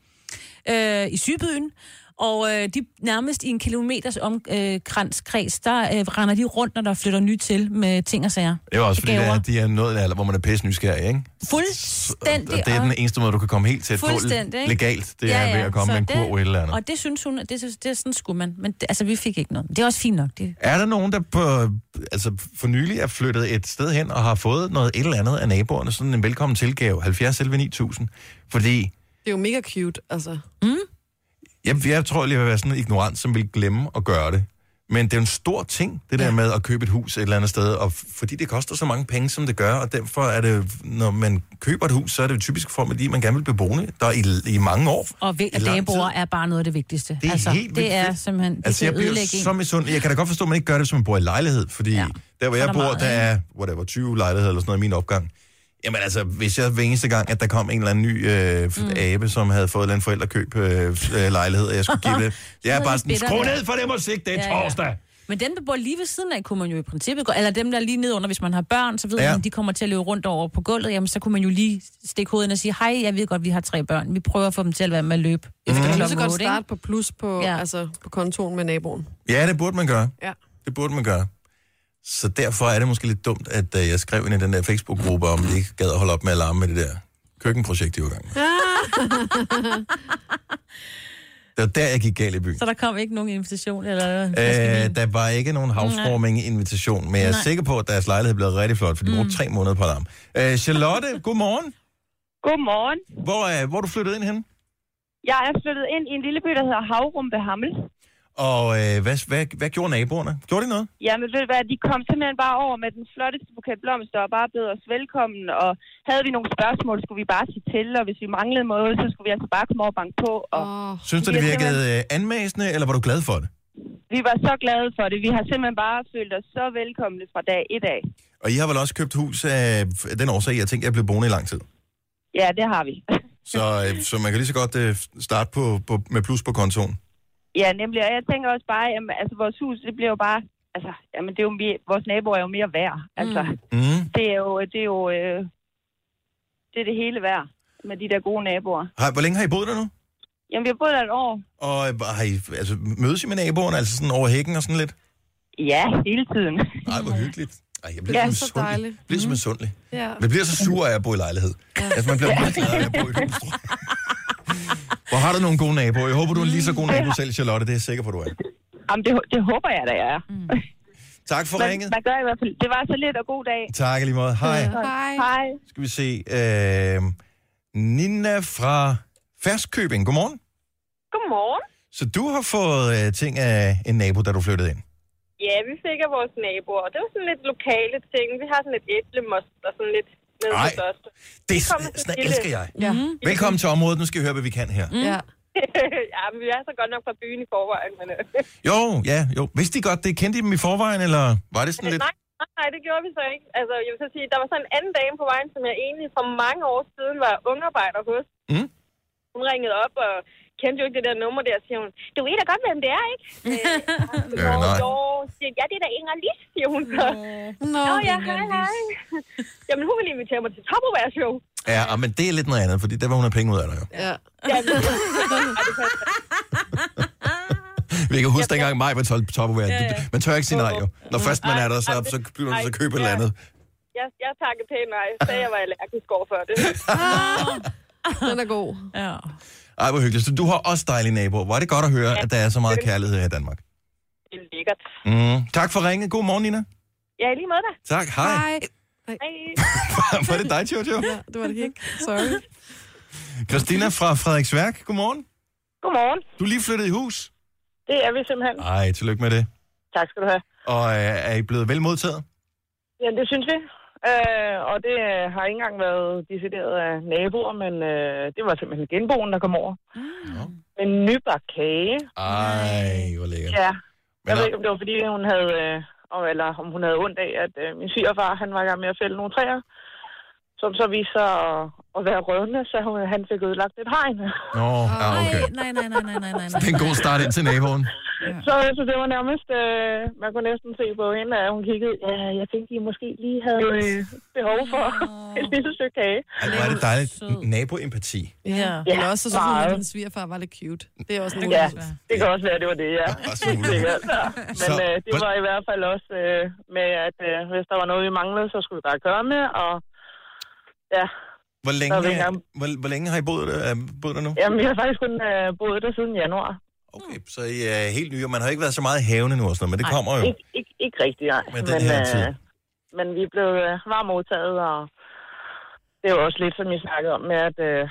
øh, i Sydbyen, og øh, de nærmest i en kilometers omkranskreds, der øh, render de rundt, når der flytter nyt til med ting og sager. Det er også fordi, Gaver. det er, de er nået en alder, hvor man er pisse nysgerrig, ikke? Fuldstændig. Og det er den eneste måde, du kan komme helt tæt på Fuldstændig, ikke? legalt. Det er ved at komme så med en det- kurv eller andet. Og det synes hun, at det, det er sådan skulle man. Men det, altså, vi fik ikke noget. Det er også fint nok. Det, Er der nogen, der på, altså for nylig er flyttet et sted hen og har fået noget et eller andet af naboerne, sådan en velkommen tilgave, halvfjerds elleve ni tusind? Fordi Det er jo mega cute, altså. Jeg, jeg tror, jeg vil være sådan en ignorant, som vil glemme at gøre det. Men det er en stor ting, det der ja. med at købe et hus et eller andet sted, og fordi det koster så mange penge, som det gør, og derfor er det, når man køber et hus, så er det jo typisk for, fordi man gerne vil blive boende der i, i mange år. Og naboer er bare noget af det vigtigste. Det er altså, helt det er simpelthen, det altså, jeg bliver så misundelig. Jeg kan da godt forstå, at man ikke gør det, som man bor i lejlighed, fordi ja. der, hvor jeg der bor, meget, der er whatever, tyve lejligheder eller sådan noget i min opgang. Jamen altså, hvis jeg hver eneste gang, at der kom en eller anden ny øh, mm. abe, som havde fået en eller anden forældrekøb øh, lejlighed, og jeg skulle give det. Jeg er bare sådan, skru ned for det musik, det er ja, torsdag. Ja. Men dem, der bor lige ved siden af, kunne man jo i princippet gå, eller dem, der er lige nede under, hvis man har børn, så ved ja. man, at de kommer til at løbe rundt over på gulvet, jamen så kunne man jo lige stikke hovedet og sige, hej, jeg ved godt, vi har tre børn, vi prøver at få dem til at være med at løbe. Mm. Efter klokken så godt starte på plus på, ja. altså, på kontoen med naboen. Ja, det burde man gøre. Ja. Det burde man gøre. Så derfor er det måske lidt dumt, at uh, jeg skrev ind i den der Facebook-gruppe, om de ikke gad at holde op med at larme med det der køkkenprojekt, de var i gang med. Det var der, jeg gik galt i byen. Så der kom ikke nogen invitation? Eller øh, der var ikke nogen housewarming-invitation, men jeg er Nej. sikker på, at deres lejlighed blev rigtig flot, for de brugte mm. tre måneder på alarm. Øh, Charlotte, godmorgen. Godmorgen. Hvor er, hvor er du flyttet ind hen? Jeg er flyttet ind i en lille by, der hedder Havrum ved Hammel. Og øh, hvad, hvad, hvad gjorde naboerne? Gjorde de noget? Jamen ved du hvad, de kom simpelthen bare over med den flotteste buket blomster og bare bød os velkommen. Og havde vi nogle spørgsmål, skulle vi bare sige til, og hvis vi manglede noget, så skulle vi altså bare komme over og banke på. Og oh. Synes du, det virkede simpelthen... anmæsende, eller var du glad for det? Vi var så glade for det. Vi har simpelthen bare følt os så velkomne fra dag et af. Og I har vel også købt hus af den årsag, jeg tænkte, jeg blev boende i lang tid? Ja, det har vi. så, så man kan lige så godt starte på, på, med plus på kontoen? Ja, nemlig. Og jeg tænker også bare, at altså, vores hus, det bliver jo bare... Altså, jamen, det er jo mere, vores naboer er jo mere værd. Altså, mm. det er jo... Det er jo øh, det er det hele værd med de der gode naboer. Har, hvor længe har I boet der nu? Jamen, vi har boet der et år. Og har I, altså, mødes I med naboerne, altså sådan over hækken og sådan lidt? Ja, hele tiden. Nej, hvor hyggeligt. Ej, jeg bliver ja, så sundelig. Jeg bliver så misundelig. Ja. Man bliver så sur af at bo i lejlighed. Ja. Altså, man bliver meget glad af at bo i hus. Hvor har du nogle gode naboer? Jeg håber, du er lige så god nabo selv, Charlotte. Det er jeg sikker på, du er. Jamen, det, det håber jeg, da jeg er. Mm. Tak for man, ringet. Man gør i hvert fald. Det var så lidt og god dag. Tak lige måde. Hej. Hej. Hej. Skal vi se. Øh, Nina fra Ferskøbing. Godmorgen. Godmorgen. Så du har fået øh, ting af en nabo, da du flyttede ind? Ja, vi fik af vores naboer, og det var sådan lidt lokale ting. Vi har sådan lidt æblemost og sådan lidt nede på største. Det er sådan, sådan elsker jeg. Ja. Mm-hmm. Velkommen til området. Nu skal vi høre, hvad vi kan her. Mm. Ja. Ja, men vi er så godt nok fra byen i forvejen. Men... jo, ja, jo. Vidste de godt det? Kendte de dem i forvejen, eller var det sådan lidt... Nej, nej, det gjorde vi så ikke. Altså, jeg vil så sige, der var så en anden dame på vejen, som jeg egentlig for mange år siden var ungarbejder hos. Mm. Hun ringede op og kendte jo ikke det der nummer der, siger hun. Du ved da godt, hvem det er, ikke? øh, øh, nej. Jo, siger, ja, det er da Inger Lis, siger hun så. Nå, Nå ja, hej, hej. Jamen, hun ville invitere mig til Tupperware-show. Ja, men det er lidt noget andet, fordi der var hun have penge ud af dig jo. Ja. Ja, det Vi kan huske dengang mig på Tupperware. Ja, ja. Man tør ikke sige nej jo. Når først man er der, så, så bliver man så købe et eller andet. Jeg, jeg takker pænt nej. Jeg sagde, jeg var allergisk over for det. Den er god. Ja. Ej, hvor hyggeligt. Så du har også dejlige naboer. Hvor er det godt at høre, ja. at der er så meget kærlighed her i Danmark. Det er lækkert. Mm. Tak for ringet. God morgen, Nina. Ja, lige med dig. Tak. Hej. Hej. Hej. Var det dig, Jojo? Ja, det var det ikke. Sorry. Christina fra Frederiksværk. Godmorgen. Godmorgen. Du er lige flyttet i hus. Det er vi simpelthen. Ej, tillykke med det. Tak skal du have. Og øh, er I blevet vel modtaget? Ja, det synes vi. Øh, og det har ikke engang været decideret af naboer, men øh, det var simpelthen genboen, der kom over. Mm. En nybagt kage. Ej, hvor lækkert. Ja. Jeg men ved ikke, om det var, fordi hun havde, øh, eller om hun havde ondt af, at øh, min svigerfar, han var i gang med at fælde nogle træer, som så viste sig at, at være rødne, så hun, han fik ødelagt et hegn. Nå, ja, okay. Nej, nej, nej, nej, nej, nej. Så det er en god start ind til naboen. Ja. Så, så det var nærmest, øh, man kunne næsten se på hende, at hun kiggede, ja, jeg tænkte, de måske lige havde øh, behov for oh. et lille stykke kage. Ej, var det dejligt. Naboempati. Ja, ja. Eller også så selvfølgelig, at din svigerfar var lidt cute. Det er også en ja, det kan også være, det var det, ja. ja Men øh, det var i hvert fald også øh, med, at øh, hvis der var noget, vi manglede, så skulle vi bare køre med, og ja. Hvor længe, hvor, hvor længe har I boet der, boet der nu? Jamen, vi har faktisk kun uh, boet der siden januar. Okay, så I er helt nye, og man har ikke været så meget havne nu og sådan noget, men det Ej, kommer jo. Ikke, ikke, ikke rigtigt, nej. Men, den her tid. Uh, men vi er blevet uh, varmt modtaget, og det er jo også lidt, som I snakkede om, med at uh,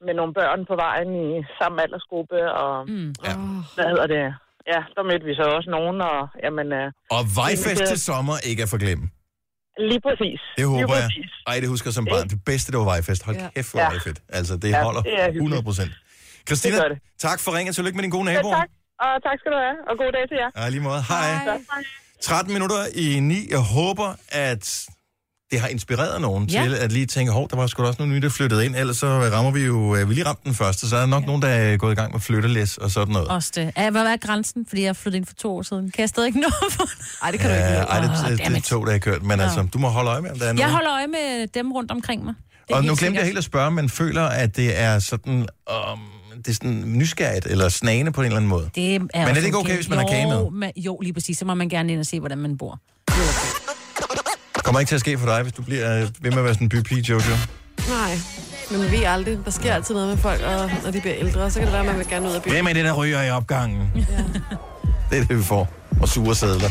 med nogle børn på vejen i samme aldersgruppe, og mm. ja. hvad hedder det? Ja, der mødte vi så også nogen, og jamen... Øh, og vejfest til sommer ikke er for glemme. Lige præcis. Det håber lige jeg. præcis. Ej, det husker jeg som barn. Det bedste, det var vejfest. Hold ja. kæft, hvor ja. var det fedt. Altså, det ja, holder det hundrede procent. Christina, det det. tak for ringen. Tillykke med din gode naboer. Ja, tak. Og tak skal du have. Og god dag til jer. Ja, lige måde. Hej. Hej. tretten minutter i ni. Jeg håber, at det har inspireret nogen ja. til at lige tænke, hov, der var sgu da også nogle nye, der flyttede ind, ellers så rammer vi jo, vi lige ramte den første, så er der nok ja. nogen, der er gået i gang med flyttelæs og sådan noget. Også det. Hvad er grænsen? Fordi jeg flyttede ind for to år siden. Kan jeg stadig ikke nå for det? Ej, det kan du ikke. Ej, det, det, det er tog, der har kørt, men ja. altså, du må holde øje med, om der er jeg nogen. holder øje med dem rundt omkring mig. Og nu glemte jeg helt at spørge, men føler, at det er sådan, um, det er sådan nysgerrigt eller snagende på en eller anden måde. Det er men er det ikke okay, okay hvis man jo, har kage med? med? Jo, lige præcis. Så må man gerne ind og se, hvordan man bor. Kommer ikke til at ske for dig, hvis du bliver ved med at være sådan en bypige, Jojo? Nej, men vi ved aldrig. Der sker altid noget med folk, og når de bliver ældre, så kan det være, at man vil gerne ud af byen. Hvem er det, der ryger i opgangen? Ja. Det er det, vi får. Og sure sædler.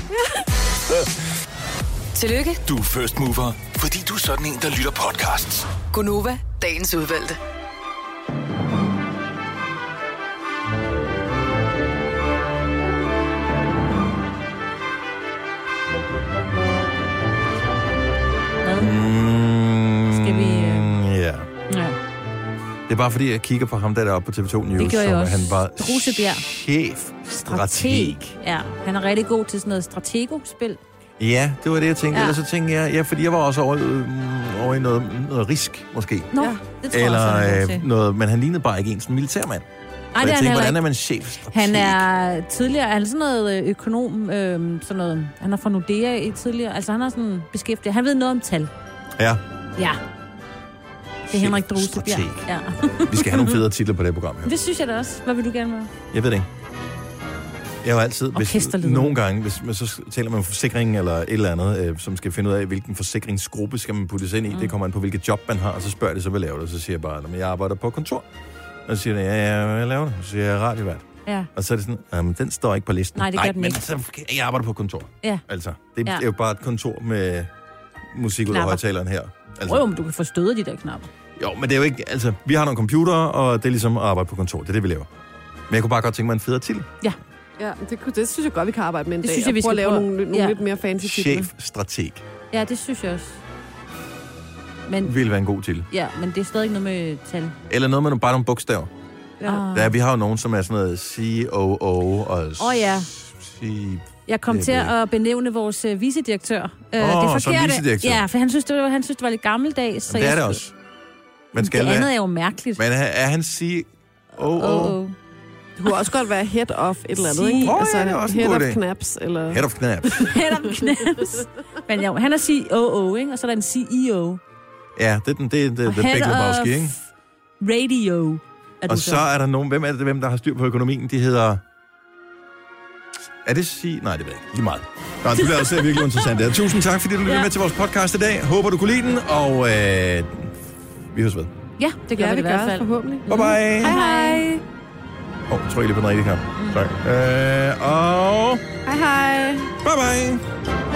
Tillykke. Du er first mover, fordi du er sådan en, der lytter podcasts. Gunova, dagens udvalgte. Mm, Skal vi... Uh... Ja. ja. Det er bare fordi, jeg kigger på ham der deroppe på T V to News, det gjorde jeg også. han var Drusebjerg. chef, strateg. Ja, han er rigtig god til sådan noget stratego-spil. Ja, det var det, jeg tænkte. Ja. Ellers så tænkte jeg, ja, fordi jeg var også over, øh, over i noget, noget risk, måske. Nå, ja, det tror Eller, jeg også, han er øh, noget, men han lignede bare ikke en sådan militærmand. Ej, det jeg er tænkte, han hvordan ikke. er man chef? Han er tidligere, han er sådan noget økonom, øh, sådan noget, han er fra Nordea i tidligere, altså han er sådan beskæftiget, han ved noget om tal. Ja. Ja. Det er Henrik Drusebjerg. Ja. Vi skal have nogle federe titler på det program her. Det synes jeg da også. Hvad vil du gerne med? Jeg ved det ikke. Jeg har altid, hvis, nogle gange, hvis man så taler man om forsikring eller et eller andet, øh, som skal finde ud af, hvilken forsikringsgruppe skal man puttes ind i. Mm. Det kommer an på, hvilket job man har, og så spørger det så, hvad laver du? Så siger jeg bare, at jeg arbejder på kontor. Og så siger jeg, ja, ja, hvad laver du? Så siger jeg, radiovært. Ja. Og så er det sådan, jamen, den står ikke på listen. Nej, det gør Nej, den men ikke. så, jeg arbejder på kontor. Ja. Altså, det ja. er jo bare et kontor med musik ud af højtaleren her. Altså. Jo, men du kan få stødet de der knapper. Jo, men det er jo ikke, altså, vi har nogle computere, og det er ligesom at arbejde på kontor. Det er det, vi laver. Men jeg kunne bare godt tænke mig en federe titel. Ja. Ja, det, det synes jeg godt, vi kan arbejde med en det dag. Synes jeg, vi prøve at lave prøve. nogle, nogle ja. lidt mere fancy titler. Chef-strateg. Ja, det synes jeg også. Men, det ville være en god titel. Ja, men det er stadig ikke noget med tal. Eller noget med bare nogle bogstaver. Ja. Ja, vi har jo nogen, som er sådan noget C O O og... Åh oh, ja. C... Jeg kom til at benævne vores uh, vicedirektør. Uh, Åh, oh, som vicedirektør? Ja, for han synes, det var, han synes, det var lidt gammeldags. Så det er jeg det også. Man skal det andet være... er jo mærkeligt. Men er han C O O? Det kunne også godt være head of et eller andet, ikke? Oh, altså, ja, det er også head en god of idé. knaps, eller... Head of knaps. Head of knaps. Men ja, han er C O O, ikke? Og så er der en C E O. Ja, det er den, det er det, det Big Lebowski, ikke? Radio. Og så er der nogen, hvem er det, hvem der har styr på økonomien? De hedder... Er det C... Nej, det ved jeg ikke. Lige meget. Nå, det bliver også virkelig interessant. Ja. Tusind tak, fordi du lyttede ja. med til vores podcast i dag. Håber, du kunne lide den, og øh, vi høres ved. Ja, det gør ja, vi, vi i hvert fald. forhåbentlig. Bye bye. Hej hej. Åh, oh, tryk lige på den rigtige knap. Mm. Tak. Øh, og... Hej hej. Bye bye.